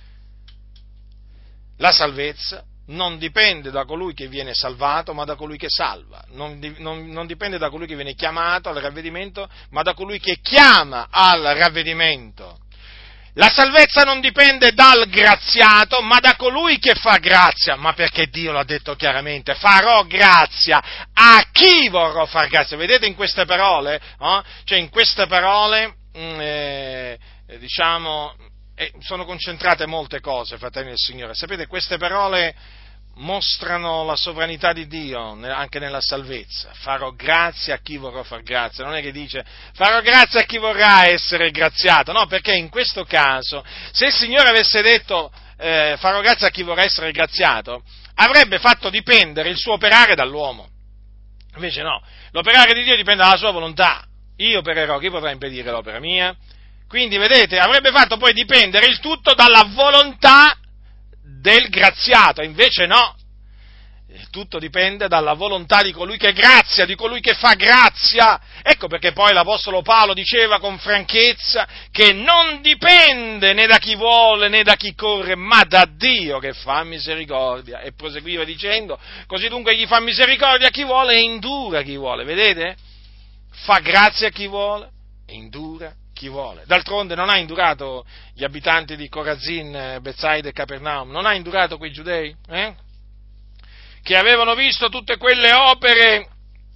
la salvezza non dipende da colui che viene salvato, ma da colui che salva. Non, non, non dipende da colui che viene chiamato al ravvedimento, ma da colui che chiama al ravvedimento. La salvezza non dipende dal graziato, ma da colui che fa grazia. Ma perché Dio l'ha detto chiaramente, farò grazia a chi vorrò far grazia. Vedete in queste parole, no? Cioè in queste parole, mh, eh, diciamo, eh, sono concentrate molte cose, fratelli del Signore. Sapete, queste parole mostrano la sovranità di Dio anche nella salvezza. Farò grazia a chi vorrà far grazia. Non è che dice farò grazia a chi vorrà essere graziato, no, perché in questo caso, se il Signore avesse detto eh, farò grazia a chi vorrà essere graziato, avrebbe fatto dipendere il suo operare dall'uomo. Invece no, l'operare di Dio dipende dalla sua volontà. Io opererò, chi potrà impedire l'opera mia? Quindi, vedete, avrebbe fatto poi dipendere il tutto dalla volontà del graziato, invece no, tutto dipende dalla volontà di colui che grazia, di colui che fa grazia. Ecco perché poi l'Apostolo Paolo diceva con franchezza che non dipende né da chi vuole né da chi corre, ma da Dio che fa misericordia. E proseguiva dicendo, così dunque gli fa misericordia a chi vuole e indura chi vuole, vedete? Fa grazia a chi vuole e indura chi vuole. D'altronde non ha indurato gli abitanti di Corazin, Betsaida e Capernaum, non ha indurato quei giudei, eh? Che avevano visto tutte quelle opere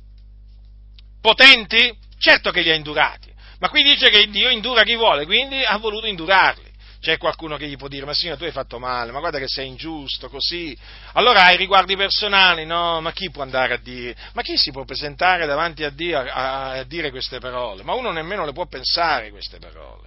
potenti? Certo che li ha indurati, ma qui dice che Dio indura chi vuole, quindi ha voluto indurarli. C'è qualcuno che gli può dire, ma Signore, tu hai fatto male, ma guarda che sei ingiusto, così. Allora hai riguardi personali, no, ma chi può andare a dire, ma chi si può presentare davanti a Dio a, a, a dire queste parole? Ma uno nemmeno le può pensare queste parole.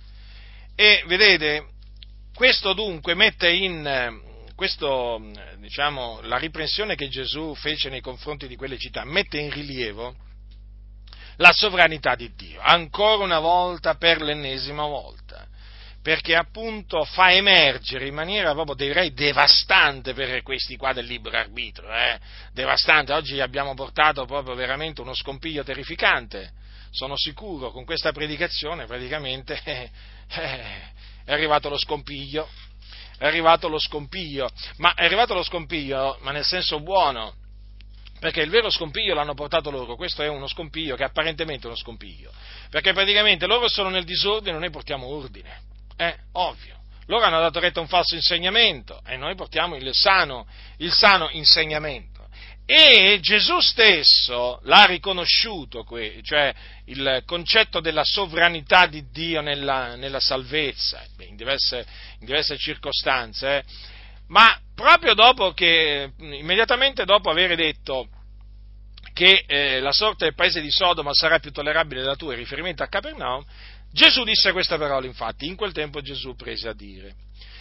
E vedete, questo dunque mette in, questo, diciamo, la riprensione che Gesù fece nei confronti di quelle città, mette in rilievo la sovranità di Dio, ancora una volta, per l'ennesima volta. Perché appunto fa emergere in maniera proprio, direi, devastante per questi qua del libero arbitrio, eh? devastante. Oggi abbiamo portato proprio veramente uno scompiglio terrificante, sono sicuro, con questa predicazione praticamente eh, eh, è arrivato lo scompiglio, è arrivato lo scompiglio, ma è arrivato lo scompiglio, ma nel senso buono, perché il vero scompiglio l'hanno portato loro, questo è uno scompiglio che apparentemente è uno scompiglio, perché praticamente loro sono nel disordine e noi portiamo ordine. È eh, ovvio, loro hanno dato retta a un falso insegnamento e noi portiamo il sano, il sano insegnamento. E Gesù stesso l'ha riconosciuto, cioè il concetto della sovranità di Dio nella, nella salvezza, in diverse, in diverse circostanze, eh. Ma proprio dopo che, immediatamente dopo aver detto che eh, la sorte del paese di Sodoma sarà più tollerabile della tua, in riferimento a Capernaum, Gesù disse queste parole, infatti, in quel tempo Gesù prese a dire,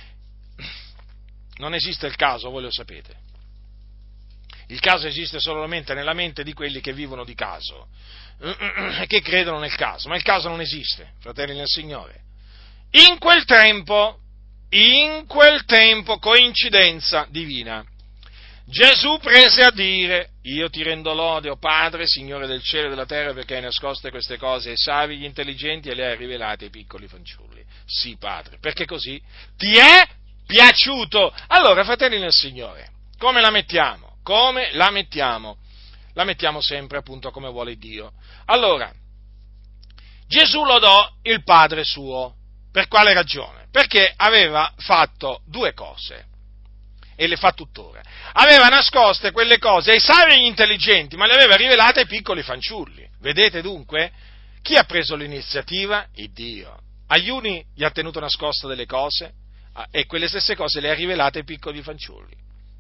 non esiste il caso, voi lo sapete, il caso esiste solamente nella mente di quelli che vivono di caso, e che credono nel caso, ma il caso non esiste, fratelli nel Signore. In quel tempo, in quel tempo, coincidenza divina, Gesù prese a dire, io ti rendo lode, o Padre, Signore del cielo e della terra, perché hai nascoste queste cose ai savi, gli intelligenti, e le hai rivelate ai piccoli fanciulli. Sì, Padre, perché così ti è piaciuto. Allora, fratelli nel Signore, come la mettiamo? Come la mettiamo? La mettiamo sempre appunto come vuole Dio. Allora, Gesù lodò il Padre suo. Per quale ragione? Perché aveva fatto due cose. E le fa tuttora. Aveva nascoste quelle cose ai savi e agli intelligenti, ma le aveva rivelate ai piccoli fanciulli. Vedete dunque? Chi ha preso l'iniziativa? Il Dio. Agli uni gli ha tenuto nascoste delle cose e quelle stesse cose le ha rivelate ai piccoli fanciulli.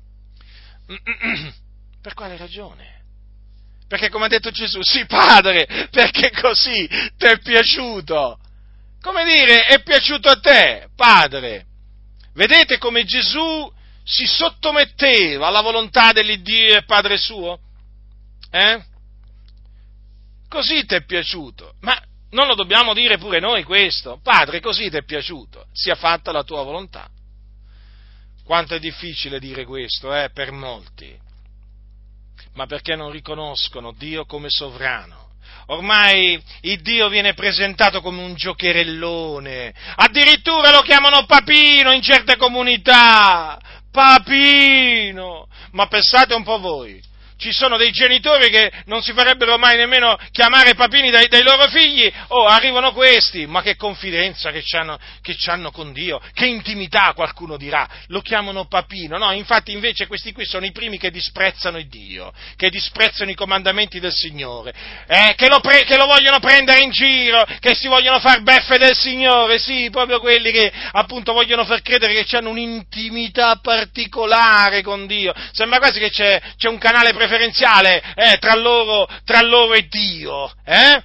Per quale ragione? Perché come ha detto Gesù, sì Padre, perché così ti è piaciuto. Come dire, è piaciuto a te, Padre. Vedete come Gesù si sottometteva alla volontà dell'Iddio e Padre suo? Eh? Così ti è piaciuto. Ma non lo dobbiamo dire pure noi questo? Padre, così ti è piaciuto. Sia fatta la tua volontà. Quanto è difficile dire questo, eh, per molti. Ma perché non riconoscono Dio come sovrano. Ormai il Dio viene presentato come un giocherellone. Addirittura lo chiamano papino in certe comunità. Papino! Ma pensate un po' voi, ci sono dei genitori che non si farebbero mai nemmeno chiamare papini dai, dai loro figli, oh, arrivano questi, ma che confidenza che c'hanno, che c'hanno con Dio, che intimità, qualcuno dirà, lo chiamano papino, no, infatti invece questi qui sono i primi che disprezzano il Dio, che disprezzano i comandamenti del Signore, eh, che, lo pre- che lo vogliono prendere in giro, che si vogliono far beffe del Signore, sì, proprio quelli che appunto vogliono far credere che hanno un'intimità particolare con Dio, sembra quasi che c'è, c'è un canale preferenziale eh, tra loro, tra loro e Dio, eh?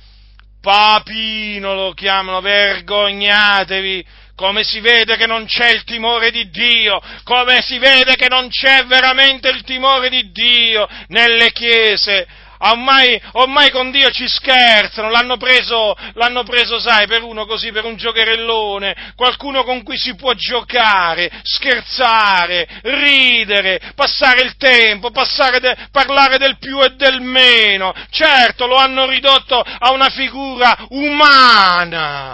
Papino lo chiamano, vergognatevi, come si vede che non c'è il timore di Dio, come si vede che non c'è veramente il timore di Dio nelle chiese. Ormai, ormai con Dio ci scherzano, l'hanno preso, l'hanno preso, sai, per uno così, per un giocherellone, qualcuno con cui si può giocare, scherzare, ridere, passare il tempo, passare de, parlare del più e del meno. Certo, lo hanno ridotto a una figura umana,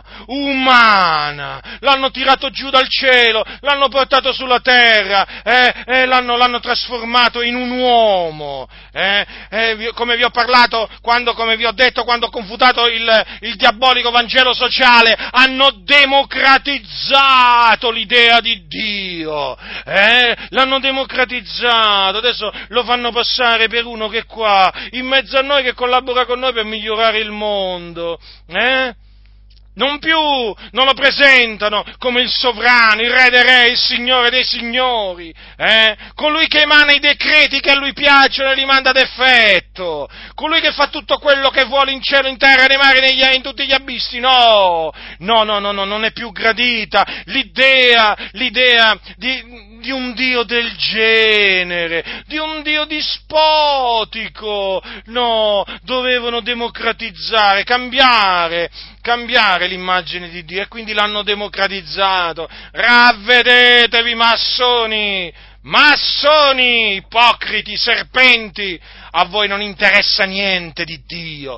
umana, l'hanno tirato giù dal cielo, l'hanno portato sulla terra, eh, eh, l'hanno, l'hanno trasformato in un uomo, eh, eh, come vi ho parlato, quando, come vi ho detto, quando ho confutato il, il diabolico Vangelo sociale, hanno democratizzato l'idea di Dio, eh? L'hanno democratizzato, adesso lo fanno passare per uno che è qua, in mezzo a noi, che collabora con noi per migliorare il mondo, eh? Non più, non lo presentano come il sovrano, il re dei re, il signore dei signori, eh? Colui che emana i decreti che a lui piacciono e li manda ad effetto, colui che fa tutto quello che vuole in cielo, in terra, nei mari, negli, in tutti gli abissi, no, no, no, no, no, non è più gradita l'idea, l'idea di... di un Dio del genere, di un Dio dispotico, no, dovevano democratizzare, cambiare, cambiare l'immagine di Dio e quindi l'hanno democratizzato. Ravvedetevi, massoni, massoni, ipocriti, serpenti, a voi non interessa niente di Dio,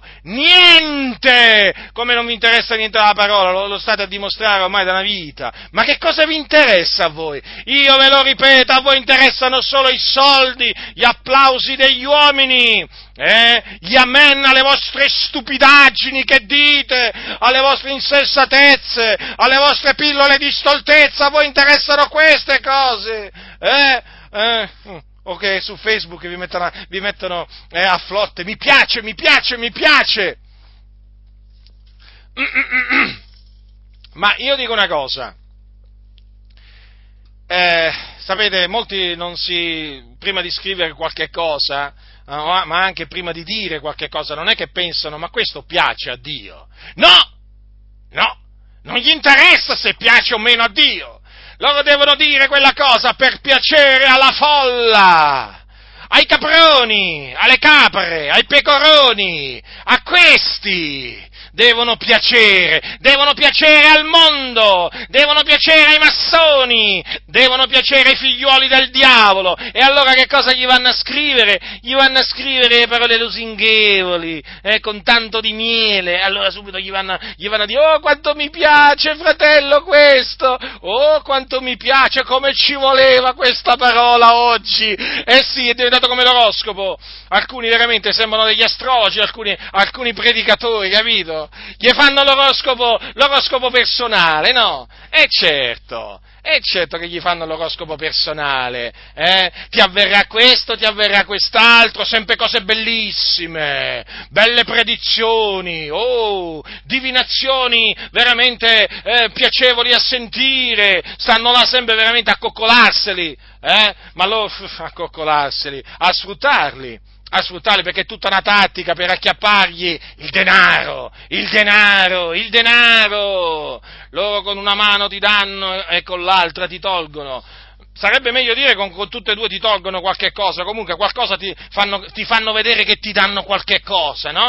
niente, come non vi interessa niente della parola, lo, lo state a dimostrare ormai da una vita, ma che cosa vi interessa a voi? Io ve lo ripeto, a voi interessano solo i soldi, gli applausi degli uomini, eh? Gli amen alle vostre stupidaggini che dite, alle vostre insensatezze, alle vostre pillole di stoltezza, a voi interessano queste cose, eh? Eh? O che su Facebook vi mettono, vi mettono eh, a flotte, mi piace, mi piace, mi piace. Ma io dico una cosa, eh, sapete, molti non si, prima di scrivere qualche cosa, ma anche prima di dire qualche cosa, non è che pensano, ma questo piace a Dio. No! No! Non gli interessa se piace o meno a Dio. Loro devono dire quella cosa per piacere alla folla, ai caproni, alle capre, ai pecoroni, a questi devono piacere, devono piacere al mondo, devono piacere ai massoni, devono piacere ai figliuoli del diavolo. E allora che cosa gli vanno a scrivere? Gli vanno a scrivere parole lusinghevoli, eh, con tanto di miele. Allora subito gli vanno, gli vanno a dire: oh, quanto mi piace, fratello, questo! Oh, quanto mi piace, come ci voleva questa parola oggi! Eh sì, è diventato come l'oroscopo. Alcuni veramente sembrano degli astrologi, alcuni, alcuni predicatori, capito? Gli fanno l'oroscopo, l'oroscopo personale, no? E certo, e certo che gli fanno l'oroscopo personale, eh? Ti avverrà questo, ti avverrà quest'altro, sempre cose bellissime, belle predizioni, oh, divinazioni veramente eh, piacevoli a sentire, stanno là sempre veramente a coccolarseli, eh? Ma loro, a coccolarseli, a sfruttarli. a sfruttarli, perché è tutta una tattica per acchiappargli il denaro, il denaro, il denaro. Loro con una mano ti danno e con l'altra ti tolgono. Sarebbe meglio dire con, con tutte e due ti tolgono qualche cosa, comunque qualcosa ti fanno, ti fanno vedere che ti danno qualche cosa, no?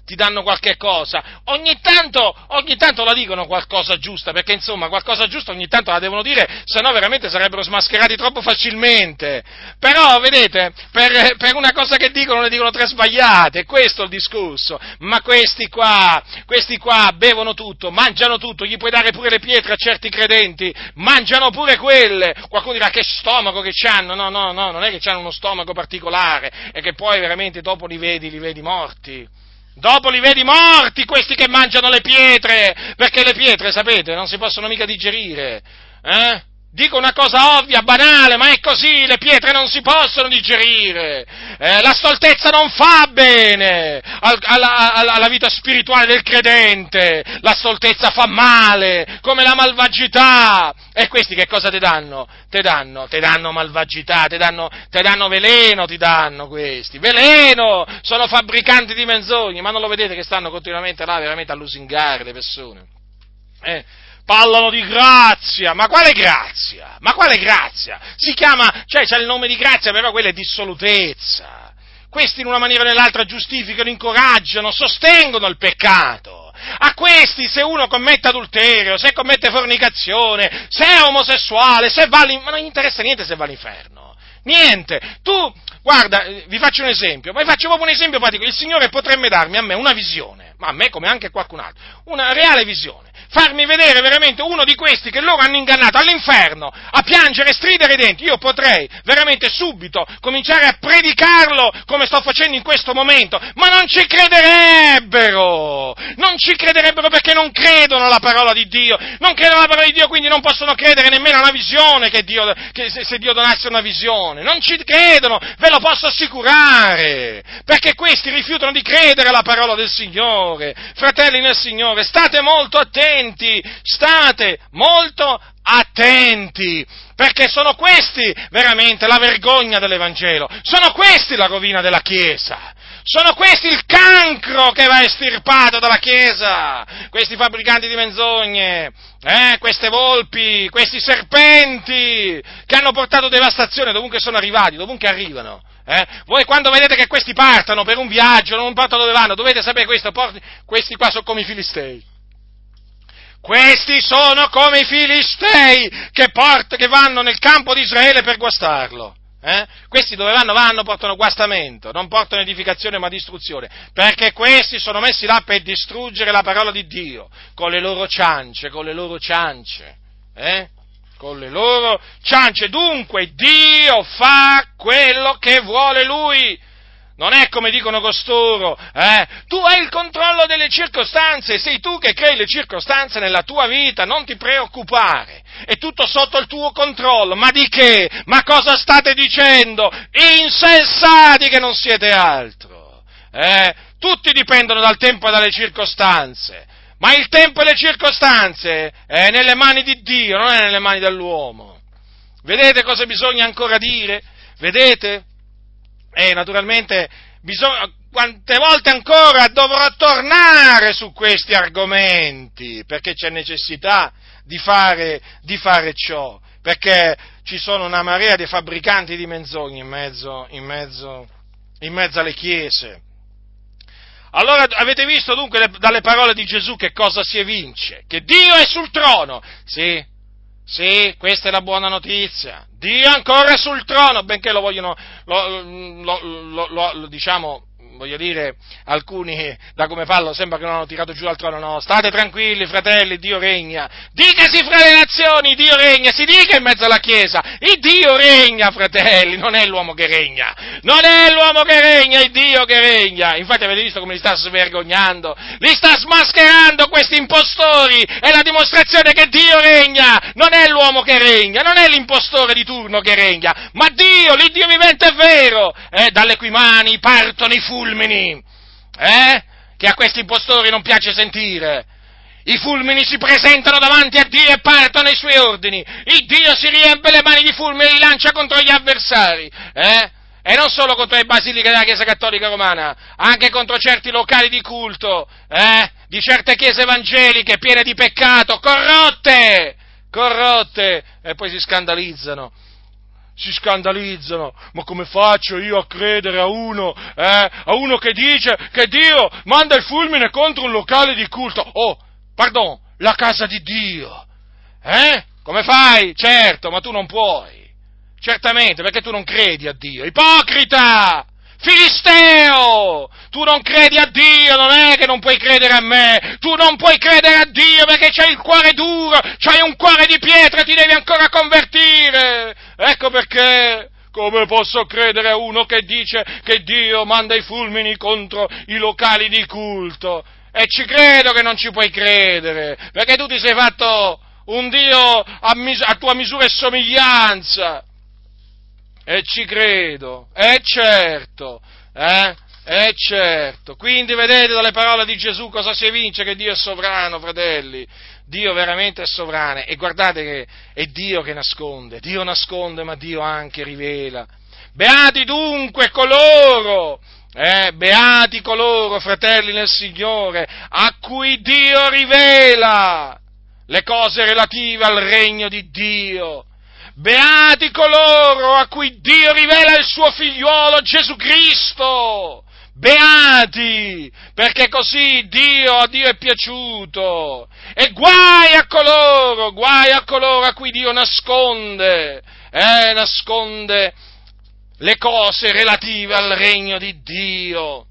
ti danno qualche cosa, ogni tanto, ogni tanto la dicono qualcosa giusta, perché insomma qualcosa giusta ogni tanto la devono dire, se no veramente sarebbero smascherati troppo facilmente. Però, vedete, per, per una cosa che dicono ne dicono tre sbagliate, è questo il discorso. Ma questi qua, questi qua bevono tutto, mangiano tutto, gli puoi dare pure le pietre a certi credenti, mangiano pure quelle. Qualcuno dirà che stomaco che c'hanno, no, no, no, non è che c'hanno uno stomaco particolare, è che poi veramente dopo li vedi, li vedi morti. Dopo li vedi morti questi che mangiano le pietre, perché le pietre, sapete, non si possono mica digerire, eh? Dico una cosa ovvia, banale, ma è così, le pietre non si possono digerire, eh, la stoltezza non fa bene alla, alla, alla vita spirituale del credente, la stoltezza fa male, come la malvagità, e questi che cosa ti danno? Te danno, te danno malvagità, te danno, te danno veleno, ti danno questi, veleno, sono fabbricanti di menzogne, ma non lo vedete che stanno continuamente là veramente a lusingare le persone, eh? Parlano di grazia, ma quale grazia? Ma quale grazia? Si chiama, cioè c'ha il nome di grazia, però quella è dissolutezza. Questi in una maniera o nell'altra giustificano, incoraggiano, sostengono il peccato. A questi, se uno commette adulterio, se commette fornicazione, se è omosessuale, se va all'inferno, ma non gli interessa niente se va all'inferno. Niente. Tu, guarda, vi faccio un esempio, ma vi faccio proprio un esempio pratico. Il Signore potrebbe darmi a me una visione, ma a me come anche a qualcun altro, una reale visione. Farmi vedere veramente uno di questi che loro hanno ingannato all'inferno, a piangere e stridere i denti. Io potrei veramente subito cominciare a predicarlo come sto facendo in questo momento, ma non ci crederebbero, non ci crederebbero perché non credono alla parola di Dio, non credono alla parola di Dio, quindi non possono credere nemmeno a una visione che Dio, che se, se Dio donasse una visione, non ci credono, ve lo posso assicurare, perché questi rifiutano di credere alla parola del Signore. Fratelli nel Signore, state molto attenti, state molto attenti, perché sono questi veramente la vergogna dell'Evangelo, sono questi la rovina della Chiesa, sono questi il cancro che va estirpato dalla Chiesa, questi fabbricanti di menzogne, eh, queste volpi, questi serpenti che hanno portato devastazione dovunque sono arrivati, dovunque arrivano. Eh? Voi quando vedete che questi partono per un viaggio, non importa dove vanno, dovete sapere questo, questi qua sono come i Filistei. Questi sono come i Filistei che, port- che vanno nel campo di Israele per guastarlo. Eh? Questi dove vanno? Vanno, portano guastamento, non portano edificazione ma distruzione, perché questi sono messi là per distruggere la parola di Dio, con le loro ciance, con le loro ciance, eh? Con le loro ciance. Dunque Dio fa quello che vuole Lui. Non è come dicono costoro, eh? Tu hai il controllo delle circostanze, sei tu che crei le circostanze nella tua vita, non ti preoccupare, è tutto sotto il tuo controllo. Ma di che? Ma cosa state dicendo? Insensati che non siete altro, eh? Tutti dipendono dal tempo e dalle circostanze, ma il tempo e le circostanze è nelle mani di Dio, non è nelle mani dell'uomo. Vedete cosa bisogna ancora dire? Vedete? E eh, naturalmente, bisogna, quante volte ancora dovrò tornare su questi argomenti, perché c'è necessità di fare, di fare ciò, perché ci sono una marea di fabbricanti di menzogne in mezzo, in mezzo, in mezzo alle chiese. Allora avete visto dunque le, dalle parole di Gesù che cosa si evince? Che Dio è sul trono, sì. Sì, questa è la buona notizia. Dio ancora è sul trono, benché lo vogliono, lo, lo, lo, lo, lo diciamo, voglio dire, alcuni, da come parlo, sembra che non hanno tirato giù dal trono. No, state tranquilli, fratelli, Dio regna. Dicasi fra le nazioni, Dio regna, si dica in mezzo alla Chiesa, il Dio regna, fratelli, non è l'uomo che regna, non è l'uomo che regna, è Dio che regna. Infatti avete visto come li sta svergognando, li sta smascherando questi impostori, è la dimostrazione che Dio regna, non è l'uomo che regna, non è l'impostore di turno che regna, ma Dio, l'Iddio vivente è vero, eh, dalle cui mani partono i fulmini, eh, che a questi impostori non piace sentire. I fulmini si presentano davanti a Dio e partono ai suoi ordini, il Dio si riempie le mani di fulmini e li lancia contro gli avversari, eh, e non solo contro le basiliche della Chiesa Cattolica Romana, anche contro certi locali di culto, eh, di certe chiese evangeliche piene di peccato, corrotte, corrotte, e poi si scandalizzano. si scandalizzano, ma come faccio io a credere a uno, eh, a uno che dice che Dio manda il fulmine contro un locale di culto, oh, pardon, la casa di Dio, eh? Come fai? Certo, ma tu non puoi, certamente, perché tu non credi a Dio, ipocrita! Filisteo! Tu non credi a Dio, non è che non puoi credere a me, tu non puoi credere a Dio perché c'hai il cuore duro, c'hai un cuore di pietra e ti devi ancora convertire! Ecco perché, come posso credere a uno che dice che Dio manda i fulmini contro i locali di culto? E ci credo che non ci puoi credere, perché tu ti sei fatto un Dio a, mis- a tua misura e somiglianza. E ci credo, è certo, eh? È certo. Quindi vedete dalle parole di Gesù cosa si evince? Che Dio è sovrano, fratelli. Dio veramente è sovrano. E guardate che è Dio che nasconde. Dio nasconde, ma Dio anche rivela. Beati dunque coloro, eh? Beati coloro, fratelli nel Signore, a cui Dio rivela le cose relative al regno di Dio. Beati coloro a cui Dio rivela il suo figliuolo Gesù Cristo! Beati! Perché così Dio, a Dio è piaciuto! E guai a coloro, guai a coloro a cui Dio nasconde, eh, nasconde le cose relative al regno di Dio.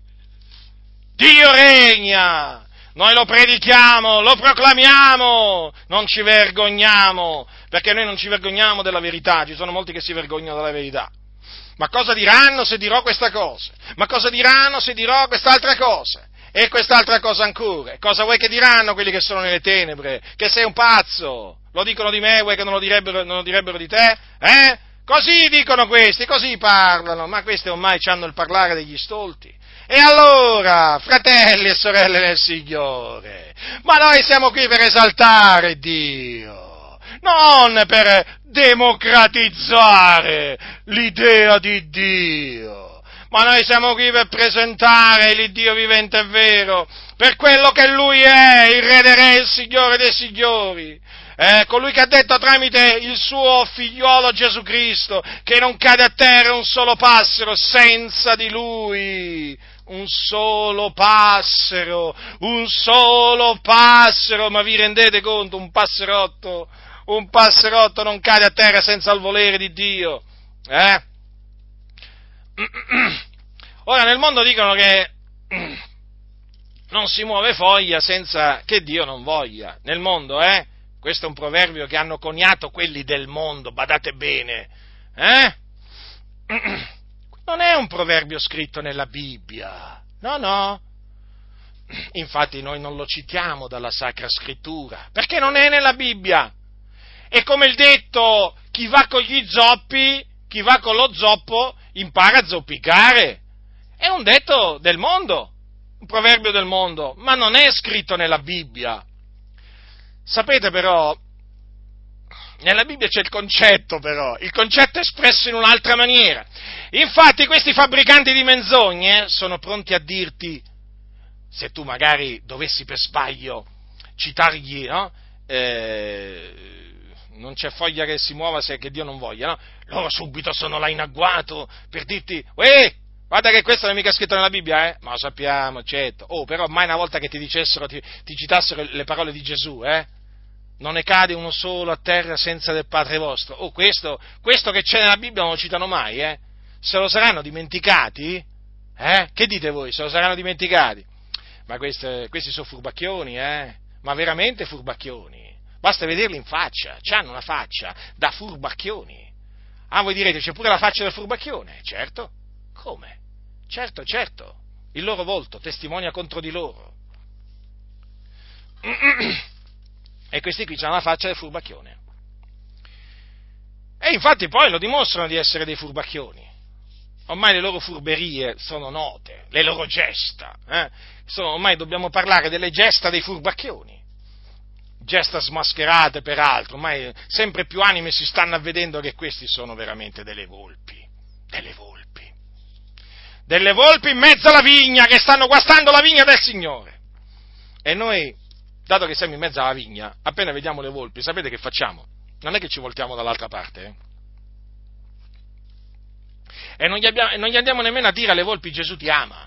Dio regna! Noi lo predichiamo, lo proclamiamo, non ci vergogniamo, perché noi non ci vergogniamo della verità, ci sono molti che si vergognano della verità. Ma cosa diranno se dirò questa cosa? Ma cosa diranno se dirò quest'altra cosa? E quest'altra cosa ancora? Cosa vuoi che diranno quelli che sono nelle tenebre? Che sei un pazzo? Lo dicono di me, vuoi che non lo direbbero, non lo direbbero di te? Eh? Così dicono questi, così parlano, ma questi ormai hanno il parlare degli stolti. E allora, fratelli e sorelle nel Signore, ma noi siamo qui per esaltare Dio, non per democratizzare l'idea di Dio, ma noi siamo qui per presentare l'Iddio vivente e vero, per quello che Lui è, il Re dei Re, il Signore dei Signori. Eh, colui che ha detto tramite il suo figliuolo Gesù Cristo che non cade a terra un solo passero senza di Lui. Un solo passero, un solo passero, ma vi rendete conto? Un passerotto, un passerotto non cade a terra senza il volere di Dio, eh? Ora nel mondo dicono che non si muove foglia senza che Dio non voglia, nel mondo, eh? Questo è un proverbio che hanno coniato quelli del mondo, badate bene, eh? Non è un proverbio scritto nella Bibbia, no, no. Infatti noi non lo citiamo dalla Sacra Scrittura, perché non è nella Bibbia. È come il detto, chi va con gli zoppi, chi va con lo zoppo, impara a zoppicare. È un detto del mondo, un proverbio del mondo, ma non è scritto nella Bibbia. Sapete però, nella Bibbia c'è il concetto però, il concetto è espresso in un'altra maniera. Infatti questi fabbricanti di menzogne sono pronti a dirti, se tu magari dovessi per sbaglio citargli, no? Eh, non c'è foglia che si muova se che Dio non voglia, no? Loro subito sono là in agguato per dirti, uè, guarda che questo non è mica scritto nella Bibbia, eh? Ma lo sappiamo, certo. Oh, però mai una volta che ti dicessero, ti, ti citassero le parole di Gesù, eh? Non ne cade uno solo a terra senza del Padre vostro. Oh, questo, questo che c'è nella Bibbia non lo citano mai, eh? Se lo saranno dimenticati? Eh? Che dite voi? Se lo saranno dimenticati? Ma queste, questi sono furbacchioni, eh? Ma veramente furbacchioni. Basta vederli in faccia, c'hanno una faccia da furbacchioni. Ah, voi direte, c'è pure la faccia del furbacchione? Certo. Come? Certo, certo. Il loro volto testimonia contro di loro. E questi qui hanno la faccia del furbacchione. E infatti poi lo dimostrano di essere dei furbacchioni. Ormai le loro furberie sono note, le loro gesta. Eh? Sono, ormai dobbiamo parlare delle gesta dei furbacchioni. Gesta smascherate peraltro, ormai sempre più anime si stanno avvedendo che questi sono veramente delle volpi. Delle volpi. Delle volpi in mezzo alla vigna che stanno guastando la vigna del Signore. E noi, dato che siamo in mezzo alla vigna, appena vediamo le volpi, sapete che facciamo? Non è che ci voltiamo dall'altra parte, eh? e non gli, abbiamo, non gli andiamo nemmeno a dire alle volpi Gesù ti ama.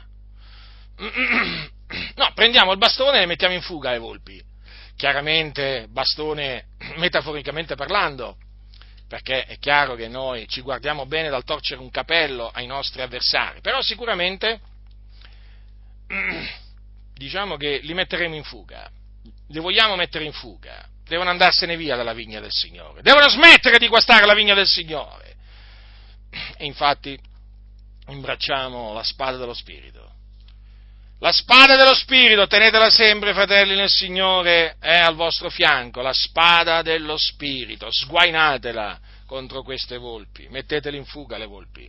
No, prendiamo il bastone e le mettiamo in fuga alle volpi. Chiaramente bastone metaforicamente parlando, perché è chiaro che noi ci guardiamo bene dal torcere un capello ai nostri avversari, però sicuramente diciamo che li metteremo in fuga, li vogliamo mettere in fuga, devono andarsene via dalla vigna del Signore, devono smettere di guastare la vigna del Signore. E infatti imbracciamo la spada dello Spirito. La spada dello Spirito, tenetela sempre, fratelli nel Signore, è al vostro fianco, la spada dello Spirito, sguainatela contro queste volpi, mettetele in fuga le volpi.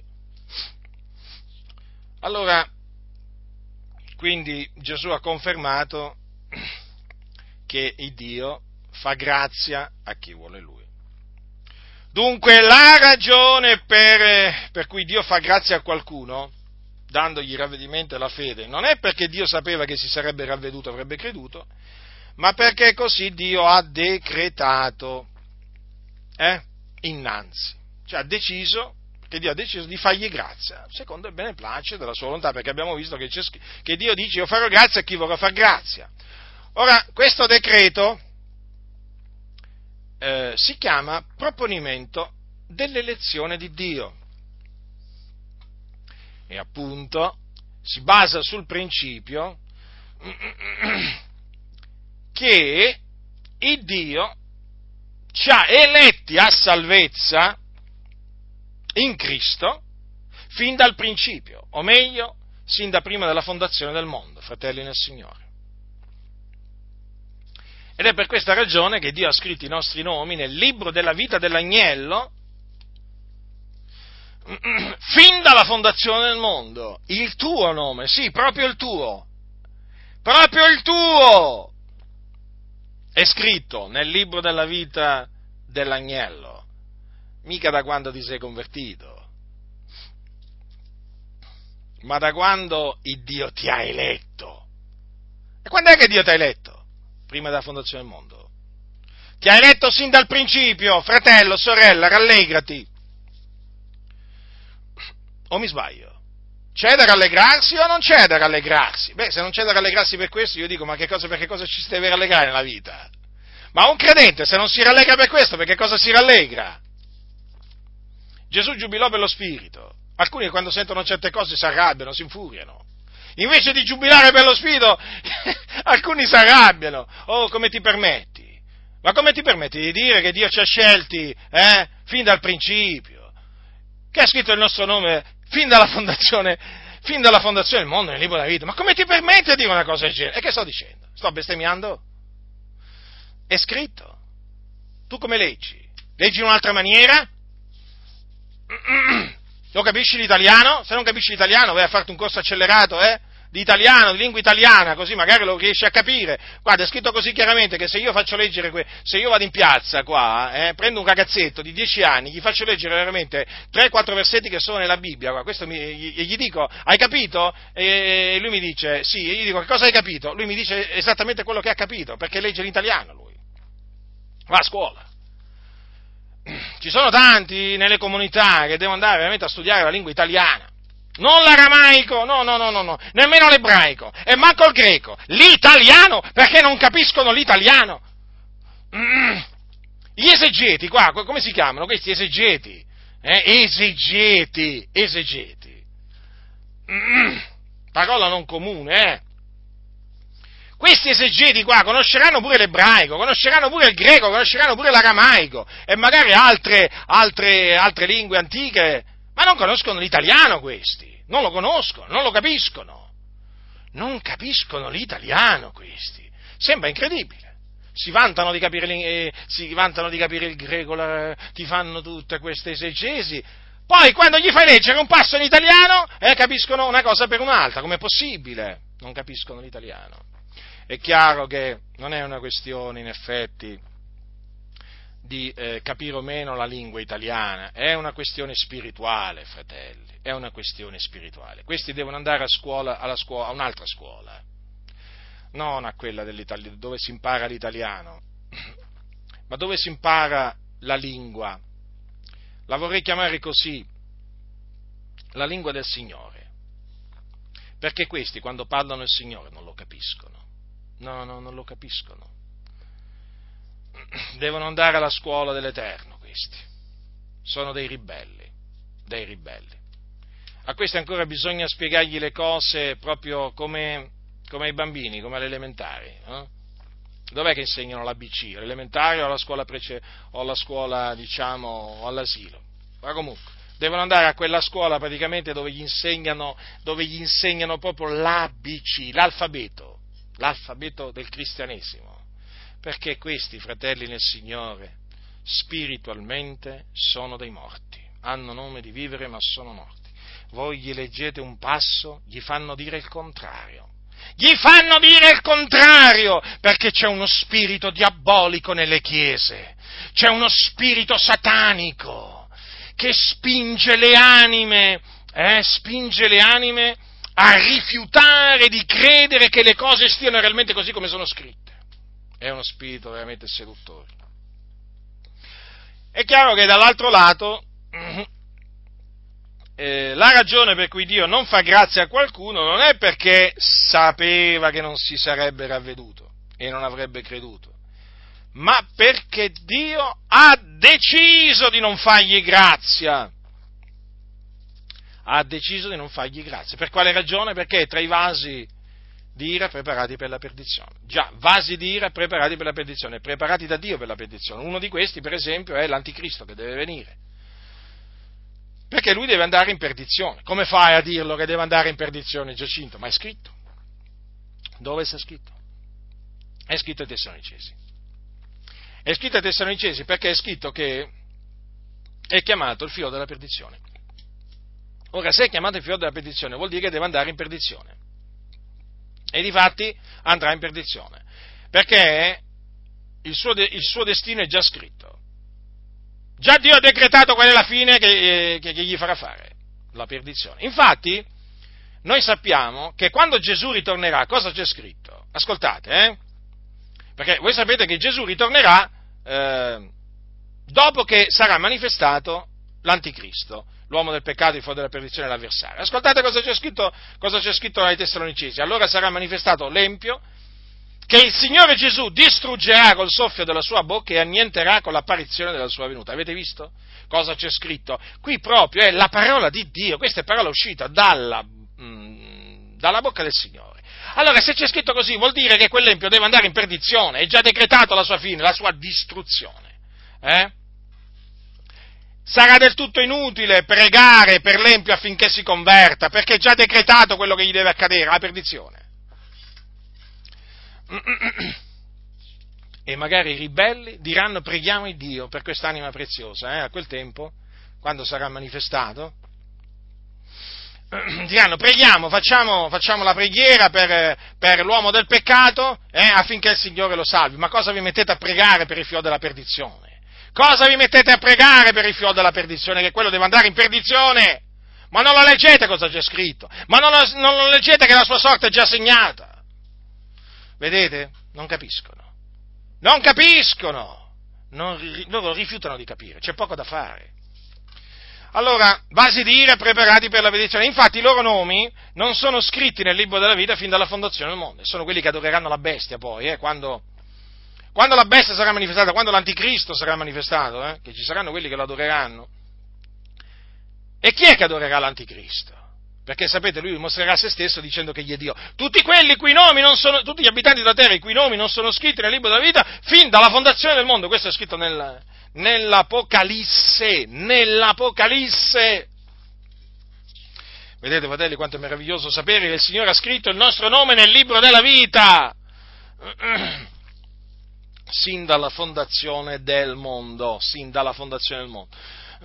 Allora, quindi Gesù ha confermato che il Dio fa grazia a chi vuole Lui. Dunque la ragione per, per cui Dio fa grazia a qualcuno, dandogli il ravvedimento e la fede, non è perché Dio sapeva che si sarebbe ravveduto, avrebbe creduto, ma perché così Dio ha decretato, eh, innanzi, cioè ha deciso, che Dio ha deciso di fargli grazia, secondo il beneplacito della sua volontà, perché abbiamo visto che, c'è, che Dio dice io farò grazia a chi vorrà far grazia. Ora, questo decreto eh, si chiama proponimento dell'elezione di Dio. E appunto si basa sul principio che il Dio ci ha eletti a salvezza in Cristo fin dal principio, o meglio, sin da prima della fondazione del mondo, fratelli nel Signore. Ed è per questa ragione che Dio ha scritto i nostri nomi nel libro della vita dell'agnello fin dalla fondazione del mondo. Il tuo nome, sì, proprio il tuo, proprio il tuo è scritto nel libro della vita dell'agnello, mica da quando ti sei convertito, ma da quando il Dio ti ha eletto. E quando è che Dio ti ha eletto? Prima della fondazione del mondo. Ti ha eletto sin dal principio, fratello, sorella, rallegrati. O mi sbaglio? C'è da rallegrarsi o non c'è da rallegrarsi? Beh, se non c'è da rallegrarsi per questo, io dico, ma che cosa, per che cosa ci si deve rallegrare nella vita? Ma un credente, se non si rallegra per questo, per che cosa si rallegra? Gesù giubilò per lo Spirito. Alcuni quando sentono certe cose si arrabbiano, si infuriano. Invece di giubilare per lo Spirito, alcuni si arrabbiano. Oh, come ti permetti? Ma come ti permetti di dire che Dio ci ha scelti, eh, fin dal principio? Che ha scritto il nostro nome fin dalla fondazione, fin dalla fondazione del mondo nel libro della vita? Ma come ti permetti di dire una cosa del genere? E che sto dicendo? Sto bestemmiando? È scritto. Tu come leggi? Leggi in un'altra maniera? Lo capisci l'italiano? Se non capisci l'italiano vai a farti un corso accelerato, eh? Di italiano, di lingua italiana, così magari lo riesci a capire. Guarda, è scritto così chiaramente che se io faccio leggere, que- se io vado in piazza qua, eh, prendo un ragazzetto di dieci anni, gli faccio leggere veramente tre quattro versetti che sono nella Bibbia, qua, questo mi, gli, gli dico, hai capito? E lui mi dice, sì, e gli dico, che cosa hai capito? Lui mi dice esattamente quello che ha capito, perché legge l'italiano lui. Va a scuola. Ci sono tanti nelle comunità che devono andare veramente a studiare la lingua italiana. Non l'aramaico, no, no, no, no, no, nemmeno l'ebraico, e manco il greco, l'italiano, perché non capiscono l'italiano. Mm. Gli esegeti, qua, come si chiamano questi esegeti? Eh? Esegeti, esegeti. Mm. Parola non comune, eh? Questi esegeti qua conosceranno pure l'ebraico, conosceranno pure il greco, conosceranno pure l'aramaico e magari altre, altre, altre lingue antiche, ma non conoscono l'italiano questi, non lo conoscono, non lo capiscono, non capiscono l'italiano questi, sembra incredibile, si vantano di capire, eh, si vantano di capire il greco, la, ti fanno tutte queste esegesi, poi quando gli fai leggere un passo in italiano, eh, capiscono una cosa per un'altra, com'è possibile? Non capiscono l'italiano. È chiaro che non è una questione, in effetti, di eh, capire o meno la lingua italiana, è una questione spirituale, fratelli, è una questione spirituale. Questi devono andare a scuola, alla scuola, a un'altra scuola, non a quella dell'italiano, dove si impara l'italiano, ma dove si impara la lingua. La vorrei chiamare così, la lingua del Signore, perché questi quando parlano il Signore non lo capiscono, no, no, non lo capiscono, devono andare alla scuola dell'Eterno questi, sono dei ribelli, dei ribelli. A questi ancora bisogna spiegargli le cose proprio come, come ai bambini, come alle elementari. Eh? Dov'è che insegnano l'A B C? All'elementare o alla scuola, prece- o alla scuola, diciamo, o all'asilo? Ma comunque, devono andare a quella scuola praticamente dove gli insegnano, dove gli insegnano proprio l'A B C, l'alfabeto, l'alfabeto del cristianesimo. Perché questi, fratelli nel Signore, spiritualmente sono dei morti, hanno nome di vivere ma sono morti. Voi gli leggete un passo, gli fanno dire il contrario. Gli fanno dire il contrario, perché c'è uno spirito diabolico nelle chiese, c'è uno spirito satanico che spinge le anime, eh, spinge le anime a rifiutare di credere che le cose stiano realmente così come sono scritte. È uno spirito veramente seduttore. È chiaro che dall'altro lato Eh, la ragione per cui Dio non fa grazia a qualcuno non è perché sapeva che non si sarebbe ravveduto e non avrebbe creduto, ma perché Dio ha deciso di non fargli grazia. Ha deciso di non fargli grazia. Per quale ragione? Perché è tra i vasi di ira preparati per la perdizione. Già, vasi di ira preparati per la perdizione, preparati da Dio per la perdizione. Uno di questi, per esempio, è l'anticristo che deve venire. Perché lui deve andare in perdizione. Come fai a dirlo che deve andare in perdizione, Giacinto? Ma è scritto. Dove sta scritto? È scritto ai Tessalonicesi. È scritto ai Tessalonicesi perché è scritto che è chiamato il figlio della perdizione. Ora, se è chiamato il figlio della perdizione, vuol dire che deve andare in perdizione. E difatti andrà in perdizione. Perché il suo, de- il suo destino è già scritto. Già Dio ha decretato qual è la fine che, che, che gli farà fare, la perdizione. Infatti, noi sappiamo che quando Gesù ritornerà, cosa c'è scritto? Ascoltate, eh? Perché voi sapete che Gesù ritornerà eh, dopo che sarà manifestato l'anticristo, l'uomo del peccato, il fuoco della perdizione e l'avversario. Ascoltate cosa c'è scritto, cosa c'è scritto ai Tessalonicesi. Allora sarà manifestato l'empio, che il Signore Gesù distruggerà col soffio della sua bocca e annienterà con l'apparizione della sua venuta. Avete visto cosa c'è scritto? Qui proprio è la parola di Dio, questa è parola uscita dalla, mh, dalla bocca del Signore. Allora, se c'è scritto così, vuol dire che quell'empio deve andare in perdizione, è già decretato la sua fine, la sua distruzione. Eh? Sarà del tutto inutile pregare per l'empio affinché si converta, perché è già decretato quello che gli deve accadere, la perdizione. E magari i ribelli diranno: preghiamo il Dio per quest'anima preziosa, eh, a quel tempo, quando sarà manifestato, diranno: preghiamo, facciamo, facciamo la preghiera per, per l'uomo del peccato, eh, affinché il Signore lo salvi. Ma cosa vi mettete a pregare per il figlio della perdizione? Cosa vi mettete a pregare per il figlio della perdizione, che quello deve andare in perdizione? Ma non lo leggete cosa c'è scritto? Ma non lo, non lo leggete che la sua sorte è già segnata? Vedete? Non capiscono. Non capiscono. Non, loro rifiutano di capire. C'è poco da fare. Allora, vasi di ira preparati per la perdizione. Infatti i loro nomi non sono scritti nel libro della vita fin dalla fondazione del mondo. Sono quelli che adoreranno la bestia poi, eh, quando, quando la bestia sarà manifestata, quando l'anticristo sarà manifestato, eh, che ci saranno quelli che lo adoreranno. E chi è che adorerà l'anticristo? Perché sapete, lui mostrerà se stesso dicendo che gli è Dio. Tutti quelli i cui nomi non sono, tutti gli abitanti della terra i cui nomi non sono scritti nel libro della vita fin dalla fondazione del mondo. Questo è scritto nel, nell'Apocalisse, nell'Apocalisse. Vedete, fratelli, quanto è meraviglioso sapere che il Signore ha scritto il nostro nome nel libro della vita. Sin dalla fondazione del mondo, sin dalla fondazione del mondo.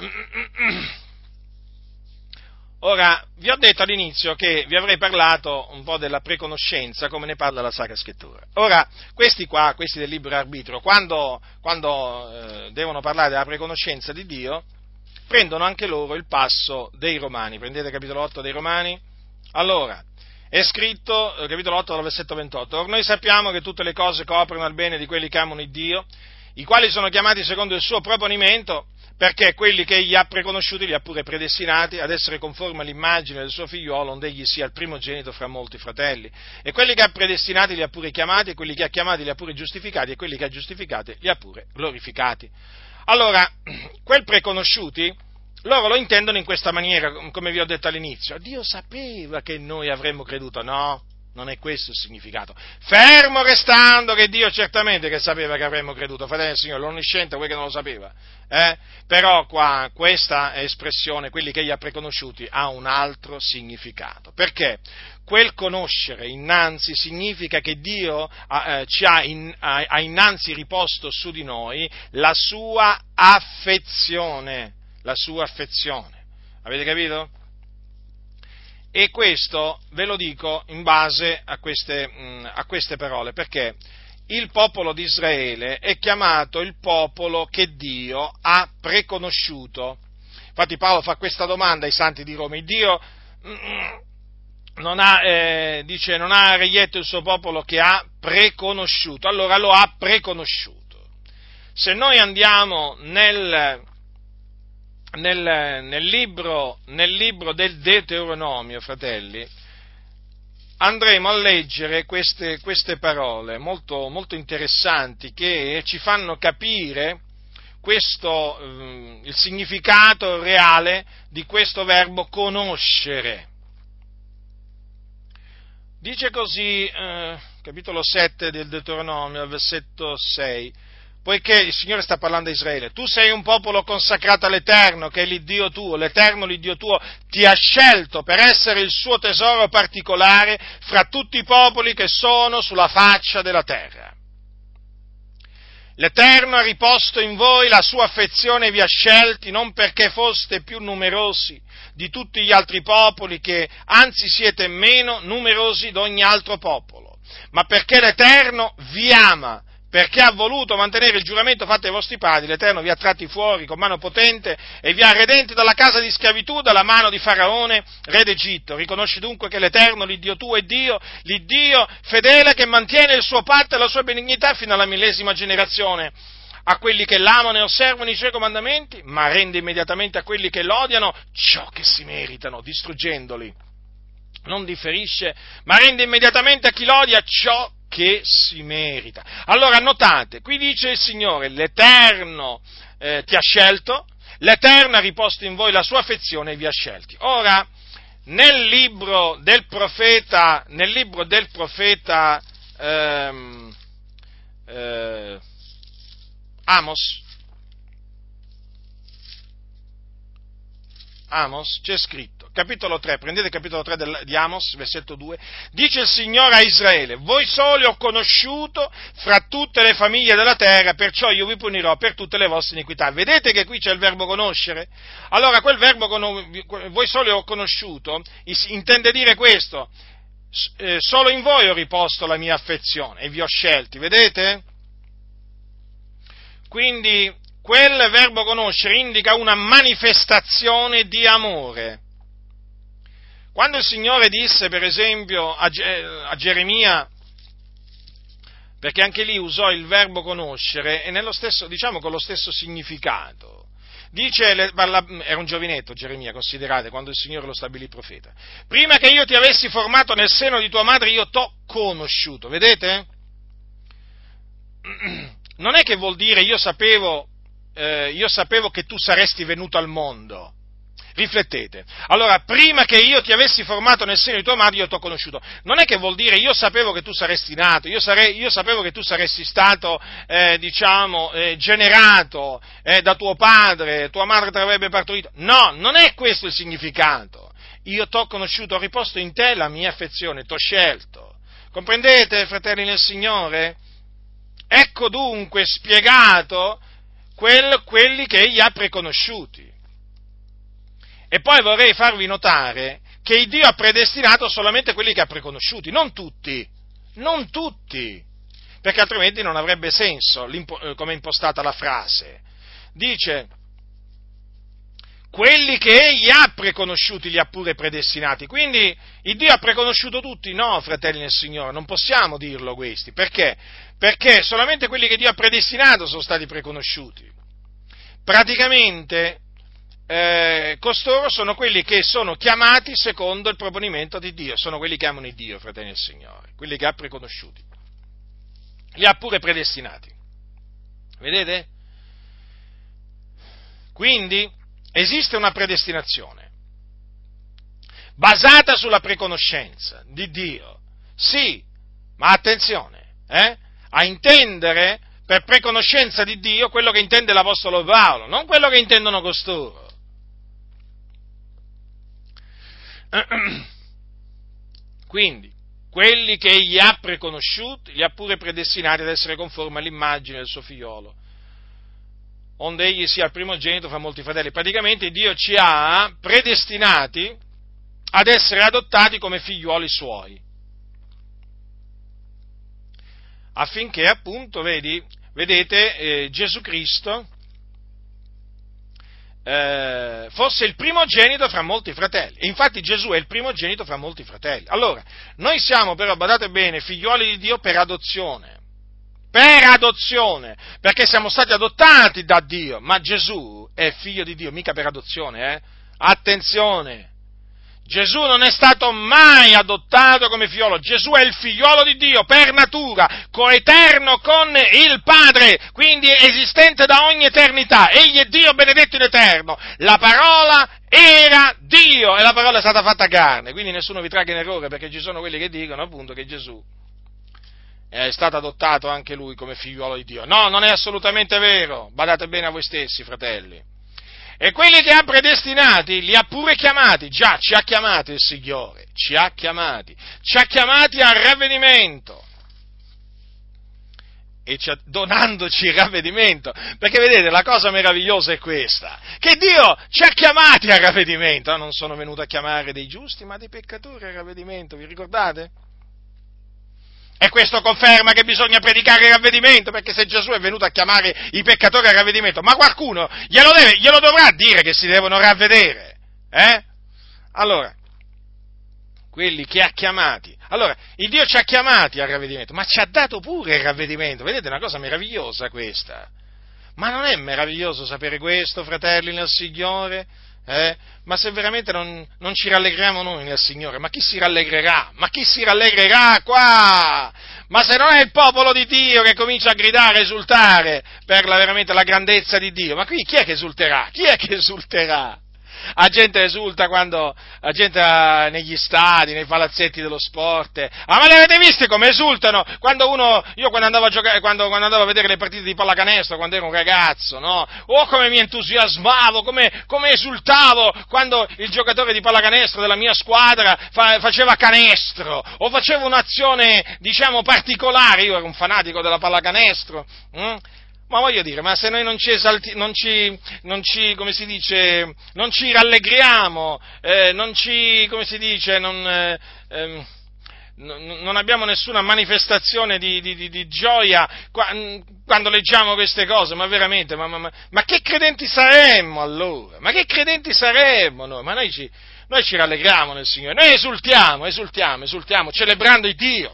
Ora, vi ho detto all'inizio che vi avrei parlato un po' della preconoscenza, come ne parla la Sacra Scrittura. Ora, questi qua, questi del libero arbitrio, quando, quando eh, devono parlare della preconoscenza di Dio, prendono anche loro il passo dei Romani. Prendete il capitolo otto dei Romani. Allora, è scritto, capitolo otto, dal versetto ventotto, or noi sappiamo che tutte le cose cooperano al bene di quelli che amano il Dio, i quali sono chiamati secondo il suo proponimento, Perché quelli che egli ha preconosciuti li ha pure predestinati ad essere conformi all'immagine del suo figliuolo, onde egli sia il primogenito fra molti fratelli. E quelli che ha predestinati li ha pure chiamati, e quelli che ha chiamati li ha pure giustificati, e quelli che ha giustificati li ha pure glorificati. Allora, quel preconosciuti, loro lo intendono in questa maniera, come vi ho detto all'inizio. Dio sapeva che noi avremmo creduto. No, non è questo il significato. Fermo restando che Dio certamente che sapeva che avremmo creduto. Fratelli del Signore, l'onnisciente vuoi che non lo sapeva? Eh? Però qua, questa espressione, quelli che egli ha preconosciuti, ha un altro significato. Perché? Quel conoscere innanzi significa che Dio eh, ci ha, in, ha, ha innanzi riposto su di noi la sua affezione. La sua affezione. Avete capito? E questo ve lo dico in base a queste, mh, a queste parole, perché il popolo di Israele è chiamato il popolo che Dio ha preconosciuto. Infatti Paolo fa questa domanda ai santi di Roma: Dio mh, non ha, eh, dice, non ha reietto il suo popolo che ha preconosciuto, allora lo ha preconosciuto. Se noi andiamo nel Nel, nel, libro, nel libro del Deuteronomio, fratelli, andremo a leggere queste, queste parole molto, molto interessanti che ci fanno capire questo, eh, il significato reale di questo verbo conoscere. Dice così, eh, capitolo sette del Deuteronomio, versetto sei. Poiché il Signore sta parlando a Israele, tu sei un popolo consacrato all'Eterno, che è l'Iddio tuo, l'Eterno, l'Iddio tuo, ti ha scelto per essere il suo tesoro particolare fra tutti i popoli che sono sulla faccia della terra. L'Eterno ha riposto in voi la sua affezione e vi ha scelti non perché foste più numerosi di tutti gli altri popoli, che anzi siete meno numerosi di ogni altro popolo, ma perché l'Eterno vi ama, perché ha voluto mantenere il giuramento fatto ai vostri padri. L'Eterno vi ha tratti fuori con mano potente e vi ha redenti dalla casa di schiavitù, dalla mano di Faraone, re d'Egitto. Riconosci dunque che l'Eterno, l'Iddio tuo, è Dio, l'Iddio fedele che mantiene il suo patto e la sua benignità fino alla millesima generazione a quelli che l'amano e osservano i suoi comandamenti, ma rende immediatamente a quelli che l'odiano ciò che si meritano, distruggendoli. Non differisce, ma rende immediatamente a chi l'odia ciò che si merita. Allora notate, qui dice il Signore, l'Eterno eh, ti ha scelto, l'Eterno ha riposto in voi la sua affezione e vi ha scelti. Ora, nel libro del profeta, nel libro del profeta ehm, eh, Amos, Amos c'è scritto, capitolo tre, prendete il capitolo tre del, di Amos, versetto due, dice il Signore a Israele: voi soli ho conosciuto fra tutte le famiglie della terra, perciò io vi punirò per tutte le vostre iniquità. Vedete che qui c'è il verbo conoscere? Allora quel verbo, voi soli ho conosciuto, intende dire questo: eh, solo in voi ho riposto la mia affezione e vi ho scelti, vedete? Quindi quel verbo conoscere indica una manifestazione di amore. Quando il Signore disse, per esempio, a, a Geremia, perché anche lì usò il verbo conoscere, e nello stesso, diciamo con lo stesso significato, dice, era un giovinetto Geremia, considerate, quando il Signore lo stabilì profeta: prima che io ti avessi formato nel seno di tua madre, io t'ho conosciuto, vedete? Non è che vuol dire io sapevo, eh, io sapevo che tu saresti venuto al mondo. Riflettete. Allora, prima che io ti avessi formato nel seno di tua madre, io t'ho conosciuto. Non è che vuol dire io sapevo che tu saresti nato, io, sarei, io sapevo che tu saresti stato, eh, diciamo, eh, generato eh, da tuo padre, tua madre ti avrebbe partorito. No, non è questo il significato. Io t'ho conosciuto, ho riposto in te la mia affezione, t'ho scelto. Comprendete, fratelli nel Signore? Ecco dunque spiegato quel, quelli che egli ha preconosciuti. E poi vorrei farvi notare che Dio ha predestinato solamente quelli che ha preconosciuti, non tutti, non tutti, perché altrimenti non avrebbe senso come è impostata la frase. Dice, quelli che egli ha preconosciuti li ha pure predestinati, quindi il Dio ha preconosciuto tutti? No, fratelli nel Signore, non possiamo dirlo questi, perché? Perché solamente quelli che Dio ha predestinato sono stati preconosciuti. praticamente eh, costoro sono quelli che sono chiamati secondo il proponimento di Dio, sono quelli che amano il Dio, fratelli del Signore, quelli che ha preconosciuti, li ha pure predestinati. Vedete? Quindi esiste una predestinazione basata sulla preconoscenza di Dio, sì, ma attenzione, eh, a intendere per preconoscenza di Dio quello che intende l'Apostolo Paolo, non quello che intendono costoro. Quindi, quelli che egli ha preconosciuti, li ha pure predestinati ad essere conformi all'immagine del suo figliolo, onde egli sia il primogenito fra molti fratelli. Praticamente Dio ci ha predestinati ad essere adottati come figliuoli suoi, affinché appunto, vedi, vedete, eh, Gesù Cristo eh, fosse il primogenito fra molti fratelli. E infatti Gesù è il primogenito fra molti fratelli. Allora, noi siamo però, badate bene, figliuoli di Dio per adozione. Per adozione, perché siamo stati adottati da Dio, ma Gesù è figlio di Dio, mica per adozione, eh? Attenzione! Gesù non è stato mai adottato come figliolo, Gesù è il figliolo di Dio per natura, coeterno con il Padre, quindi esistente da ogni eternità. Egli è Dio benedetto in eterno. La parola era Dio e la parola è stata fatta carne, quindi nessuno vi tragga in errore, perché ci sono quelli che dicono appunto che Gesù è stato adottato anche lui come figliuolo di Dio. No, non è assolutamente vero, badate bene a voi stessi, fratelli. E quelli che ha predestinati li ha pure chiamati, già ci ha chiamati il Signore, ci ha chiamati, ci ha chiamati al ravvedimento, e ci ha, donandoci il ravvedimento, perché vedete la cosa meravigliosa è questa, che Dio ci ha chiamati al ravvedimento, non sono venuto a chiamare dei giusti ma dei peccatori al ravvedimento, vi ricordate? E questo conferma che bisogna predicare il ravvedimento, perché se Gesù è venuto a chiamare i peccatori al ravvedimento, ma qualcuno glielo, deve, glielo dovrà dire che si devono ravvedere, eh? Allora, quelli che ha chiamati, allora, il Dio ci ha chiamati al ravvedimento, ma ci ha dato pure il ravvedimento, vedete, è una cosa meravigliosa questa, ma non è meraviglioso sapere questo, fratelli nel Signore? Eh? Ma se veramente non, non ci rallegriamo noi nel Signore, ma chi si rallegrerà? Ma chi si rallegrerà qua? Ma se non è il popolo di Dio che comincia a gridare, a esultare per la, veramente la grandezza di Dio, ma qui chi è che esulterà? Chi è che esulterà? La gente esulta quando, la gente negli stadi, nei palazzetti dello sport, ah, ma li avete visti come esultano? Quando uno, io quando andavo a giocare, quando, quando andavo a vedere le partite di pallacanestro, quando ero un ragazzo, no? Oh, come mi entusiasmavo, come, come esultavo quando il giocatore di pallacanestro della mia squadra fa, faceva canestro, o faceva un'azione, diciamo, particolare, io ero un fanatico della pallacanestro, hm? Ma voglio dire, ma se noi non ci esalti, non ci, non ci, come si dice, non ci rallegriamo, eh, non ci, come si dice, non, eh, eh, non abbiamo nessuna manifestazione di, di, di gioia quando leggiamo queste cose, ma veramente, ma, ma, ma che credenti saremmo allora? Ma che credenti saremmo noi? Ma noi ci, noi ci rallegriamo nel Signore, noi esultiamo, esultiamo, esultiamo, celebrando il Dio.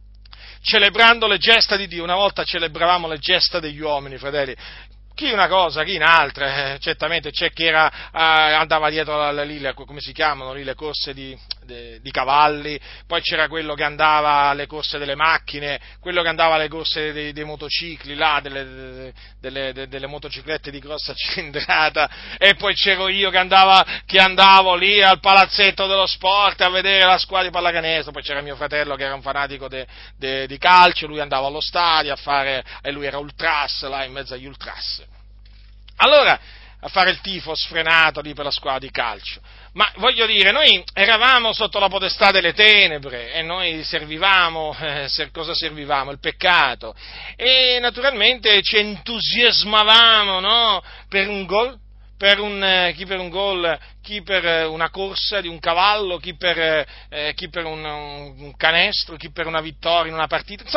Celebrando le gesta di Dio. Una volta celebravamo le gesta degli uomini, fratelli, chi una cosa, chi un'altra, eh, certamente c'è chi era, eh, andava dietro alla, lì, le, come si chiamano lì, le corse di, de, di cavalli, poi c'era quello che andava alle corse delle macchine, quello che andava alle corse dei, dei motocicli, là, delle, delle, delle, delle motociclette di grossa cilindrata, e poi c'ero io che, andava, che andavo lì al palazzetto dello sport a vedere la squadra di pallacanestro, poi c'era mio fratello che era un fanatico de, de, di calcio, lui andava allo stadio a fare, e lui era ultras, là in mezzo agli ultras. Allora, a fare il tifo sfrenato lì per la squadra di calcio. Ma voglio dire, noi eravamo sotto la potestà delle tenebre e noi servivamo, eh, cosa servivamo? Il peccato. E naturalmente ci entusiasmavamo, no? Per un gol, per un, eh, chi per un gol, chi per una corsa di un cavallo, chi per, eh, chi per un, un canestro, chi per una vittoria in una partita. Insomma,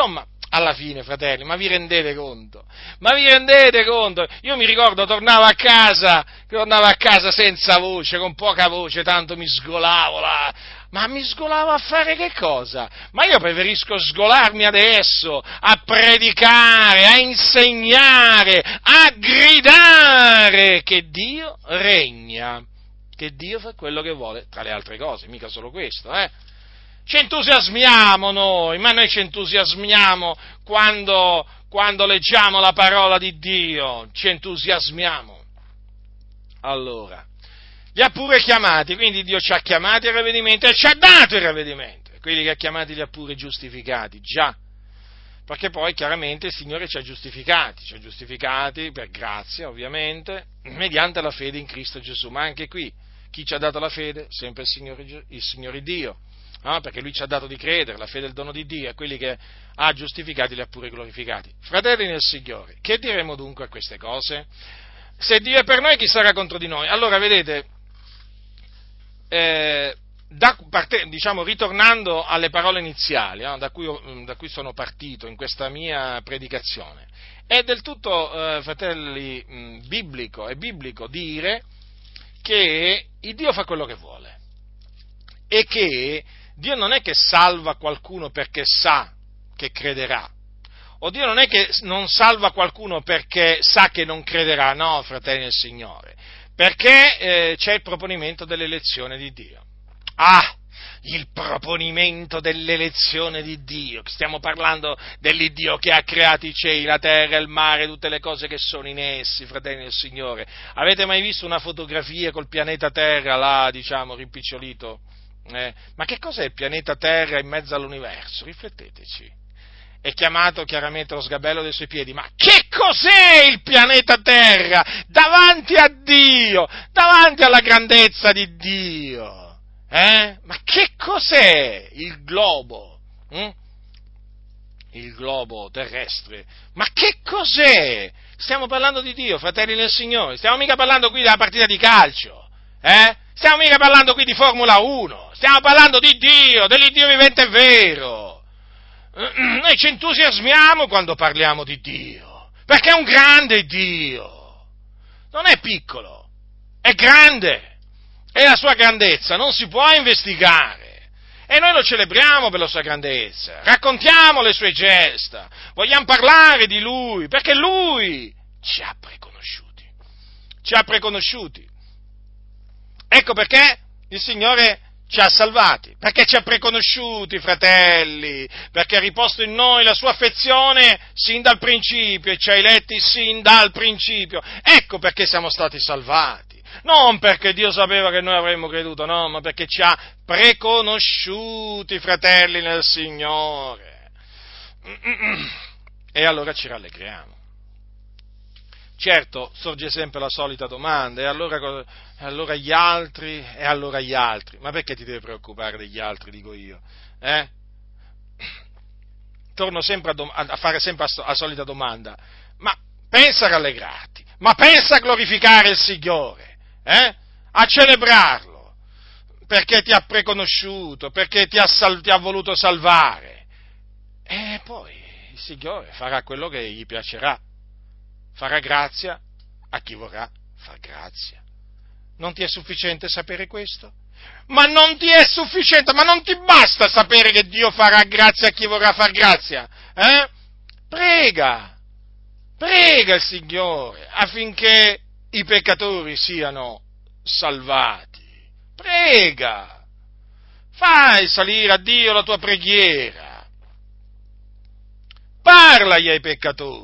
alla fine, fratelli, ma vi rendete conto? Ma vi rendete conto? Io mi ricordo, tornavo a casa, tornavo a casa senza voce, con poca voce, tanto mi sgolavo là. Ma mi sgolavo a fare che cosa? Ma io preferisco sgolarmi adesso, a predicare, a insegnare, a gridare che Dio regna, che Dio fa quello che vuole, tra le altre cose, mica solo questo, eh? Ci entusiasmiamo noi, ma noi ci entusiasmiamo quando, quando leggiamo la parola di Dio, ci entusiasmiamo. Allora, li ha pure chiamati, quindi Dio ci ha chiamati al ravvedimento e ci ha dato il ravvedimento. Quelli che ha chiamati li ha pure giustificati, già, perché poi chiaramente il Signore ci ha giustificati, ci ha giustificati per grazia, ovviamente, mediante la fede in Cristo Gesù, ma anche qui, chi ci ha dato la fede? Sempre il Signore, il Signore Dio. No, perché Lui ci ha dato di credere, la fede è il dono di Dio, e quelli che ha giustificati li ha pure glorificati. Fratelli nel Signore, che diremo dunque a queste cose? Se Dio è per noi, chi sarà contro di noi? Allora, vedete, eh, da, parte, diciamo, ritornando alle parole iniziali, no, da, cui, da cui sono partito in questa mia predicazione, è del tutto, eh, fratelli, mh, biblico, è biblico dire che il Dio fa quello che vuole, e che Dio non è che salva qualcuno perché sa che crederà, o Dio non è che non salva qualcuno perché sa che non crederà, no, fratelli del Signore, perché eh, c'è il proponimento dell'elezione di Dio. Ah, il proponimento dell'elezione di Dio, stiamo parlando dell'Iddio che ha creato i cieli, la terra, il mare, tutte le cose che sono in essi, fratelli del Signore. Avete mai visto una fotografia col pianeta Terra là, diciamo, rimpicciolito? Eh, ma che cos'è il pianeta Terra in mezzo all'universo? Rifletteteci. È chiamato chiaramente lo sgabello dei suoi piedi, ma che cos'è il pianeta Terra davanti a Dio, davanti alla grandezza di Dio? Eh? Ma che cos'è il globo? Hm? Il globo terrestre? Ma che cos'è? Stiamo parlando di Dio, fratelli nel Signore, stiamo mica parlando qui della partita di calcio, eh? Stiamo mica parlando qui di Formula uno, stiamo parlando di Dio, dell'Iddio vivente e vero. Noi ci entusiasmiamo quando parliamo di Dio, perché è un grande Dio, non è piccolo, è grande, e la sua grandezza non si può investigare, e noi lo celebriamo per la sua grandezza, raccontiamo le sue gesta, vogliamo parlare di Lui, perché Lui ci ha preconosciuti, ci ha preconosciuti. Ecco perché il Signore ci ha salvati, perché ci ha preconosciuti, fratelli, perché ha riposto in noi la sua affezione sin dal principio e ci ha eletti sin dal principio. Ecco perché siamo stati salvati, non perché Dio sapeva che noi avremmo creduto, no, ma perché ci ha preconosciuti, fratelli nel Signore. E allora ci rallegriamo. Certo, sorge sempre la solita domanda, e allora, e allora gli altri, e allora gli altri, ma perché ti devi preoccupare degli altri, dico io, eh? Torno sempre a, dom- a fare sempre la a solita domanda, ma pensa a rallegrarti, ma pensa a glorificare il Signore, eh? A celebrarlo, perché ti ha preconosciuto, perché ti ha, sal- ti ha voluto salvare, e poi il Signore farà quello che gli piacerà. Farà grazia a chi vorrà far grazia. Non ti è sufficiente sapere questo? Ma non ti è sufficiente, ma non ti basta sapere che Dio farà grazia a chi vorrà far grazia? Eh? Prega, prega il Signore affinché i peccatori siano salvati. Prega, fai salire a Dio la tua preghiera, parlagli ai peccatori.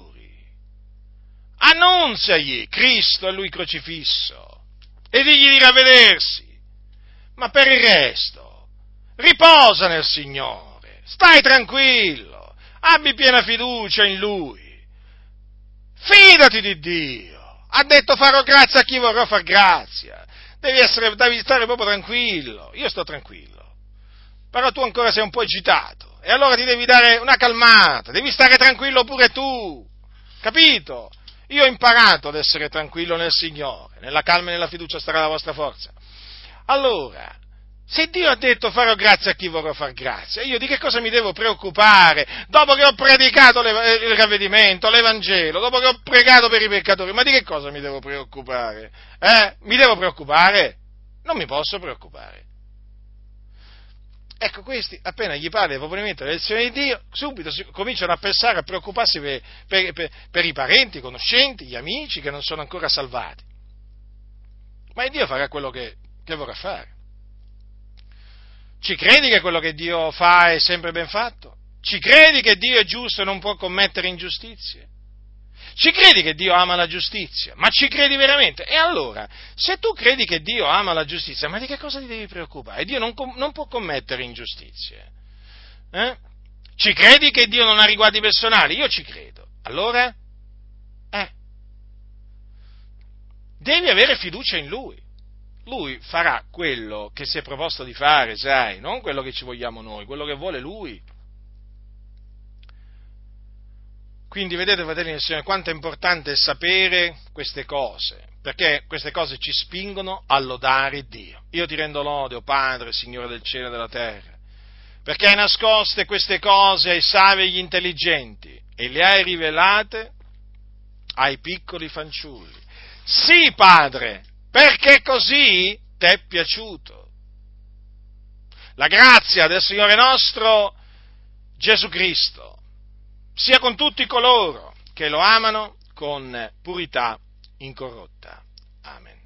Annunziagli Cristo e Lui crocifisso e digli di ravvedersi, ma per il resto riposa nel Signore, stai tranquillo, abbi piena fiducia in Lui, fidati di Dio, ha detto farò grazia a chi vorrà far grazia, devi, essere, devi stare proprio tranquillo, io sto tranquillo, però tu ancora sei un po' agitato e allora ti devi dare una calmata, devi stare tranquillo pure tu, capito? Io ho imparato ad essere tranquillo nel Signore, nella calma e nella fiducia starà la vostra forza. Allora, Se Dio ha detto farò grazia a chi vorrò far grazia, io di che cosa mi devo preoccupare? Dopo che ho predicato il ravvedimento, l'Evangelo, dopo che ho pregato per i peccatori, ma di che cosa mi devo preoccupare? Eh? Mi devo preoccupare? Non mi posso preoccupare. Ecco, questi, appena gli parli del proponimento dell'elezione di Dio, subito si cominciano a pensare, a preoccuparsi per, per, per, per i parenti, i conoscenti, gli amici che non sono ancora salvati. Ma Dio farà quello che, che vorrà fare. Ci credi che quello che Dio fa è sempre ben fatto? Ci credi che Dio è giusto e non può commettere ingiustizie? Ci credi che Dio ama la giustizia? Ma ci credi veramente? E allora, se tu credi che Dio ama la giustizia, ma di che cosa ti devi preoccupare? Dio non, non può commettere ingiustizie. Eh? Ci credi che Dio non ha riguardi personali? Io ci credo. Allora? Eh? Devi avere fiducia in Lui. Lui farà quello che si è proposto di fare, sai, non quello che ci vogliamo noi, quello che vuole Lui. Quindi vedete, fratelli del Signore, quanto è importante sapere queste cose, perché queste cose ci spingono a lodare Dio. Io ti rendo lode, o Padre, Signore del cielo e della terra, perché hai nascoste queste cose ai savi e agli intelligenti e le hai rivelate ai piccoli fanciulli. Sì, Padre, perché così ti è piaciuto. La grazia del Signore nostro Gesù Cristo sia con tutti coloro che lo amano con purità incorrotta. Amen.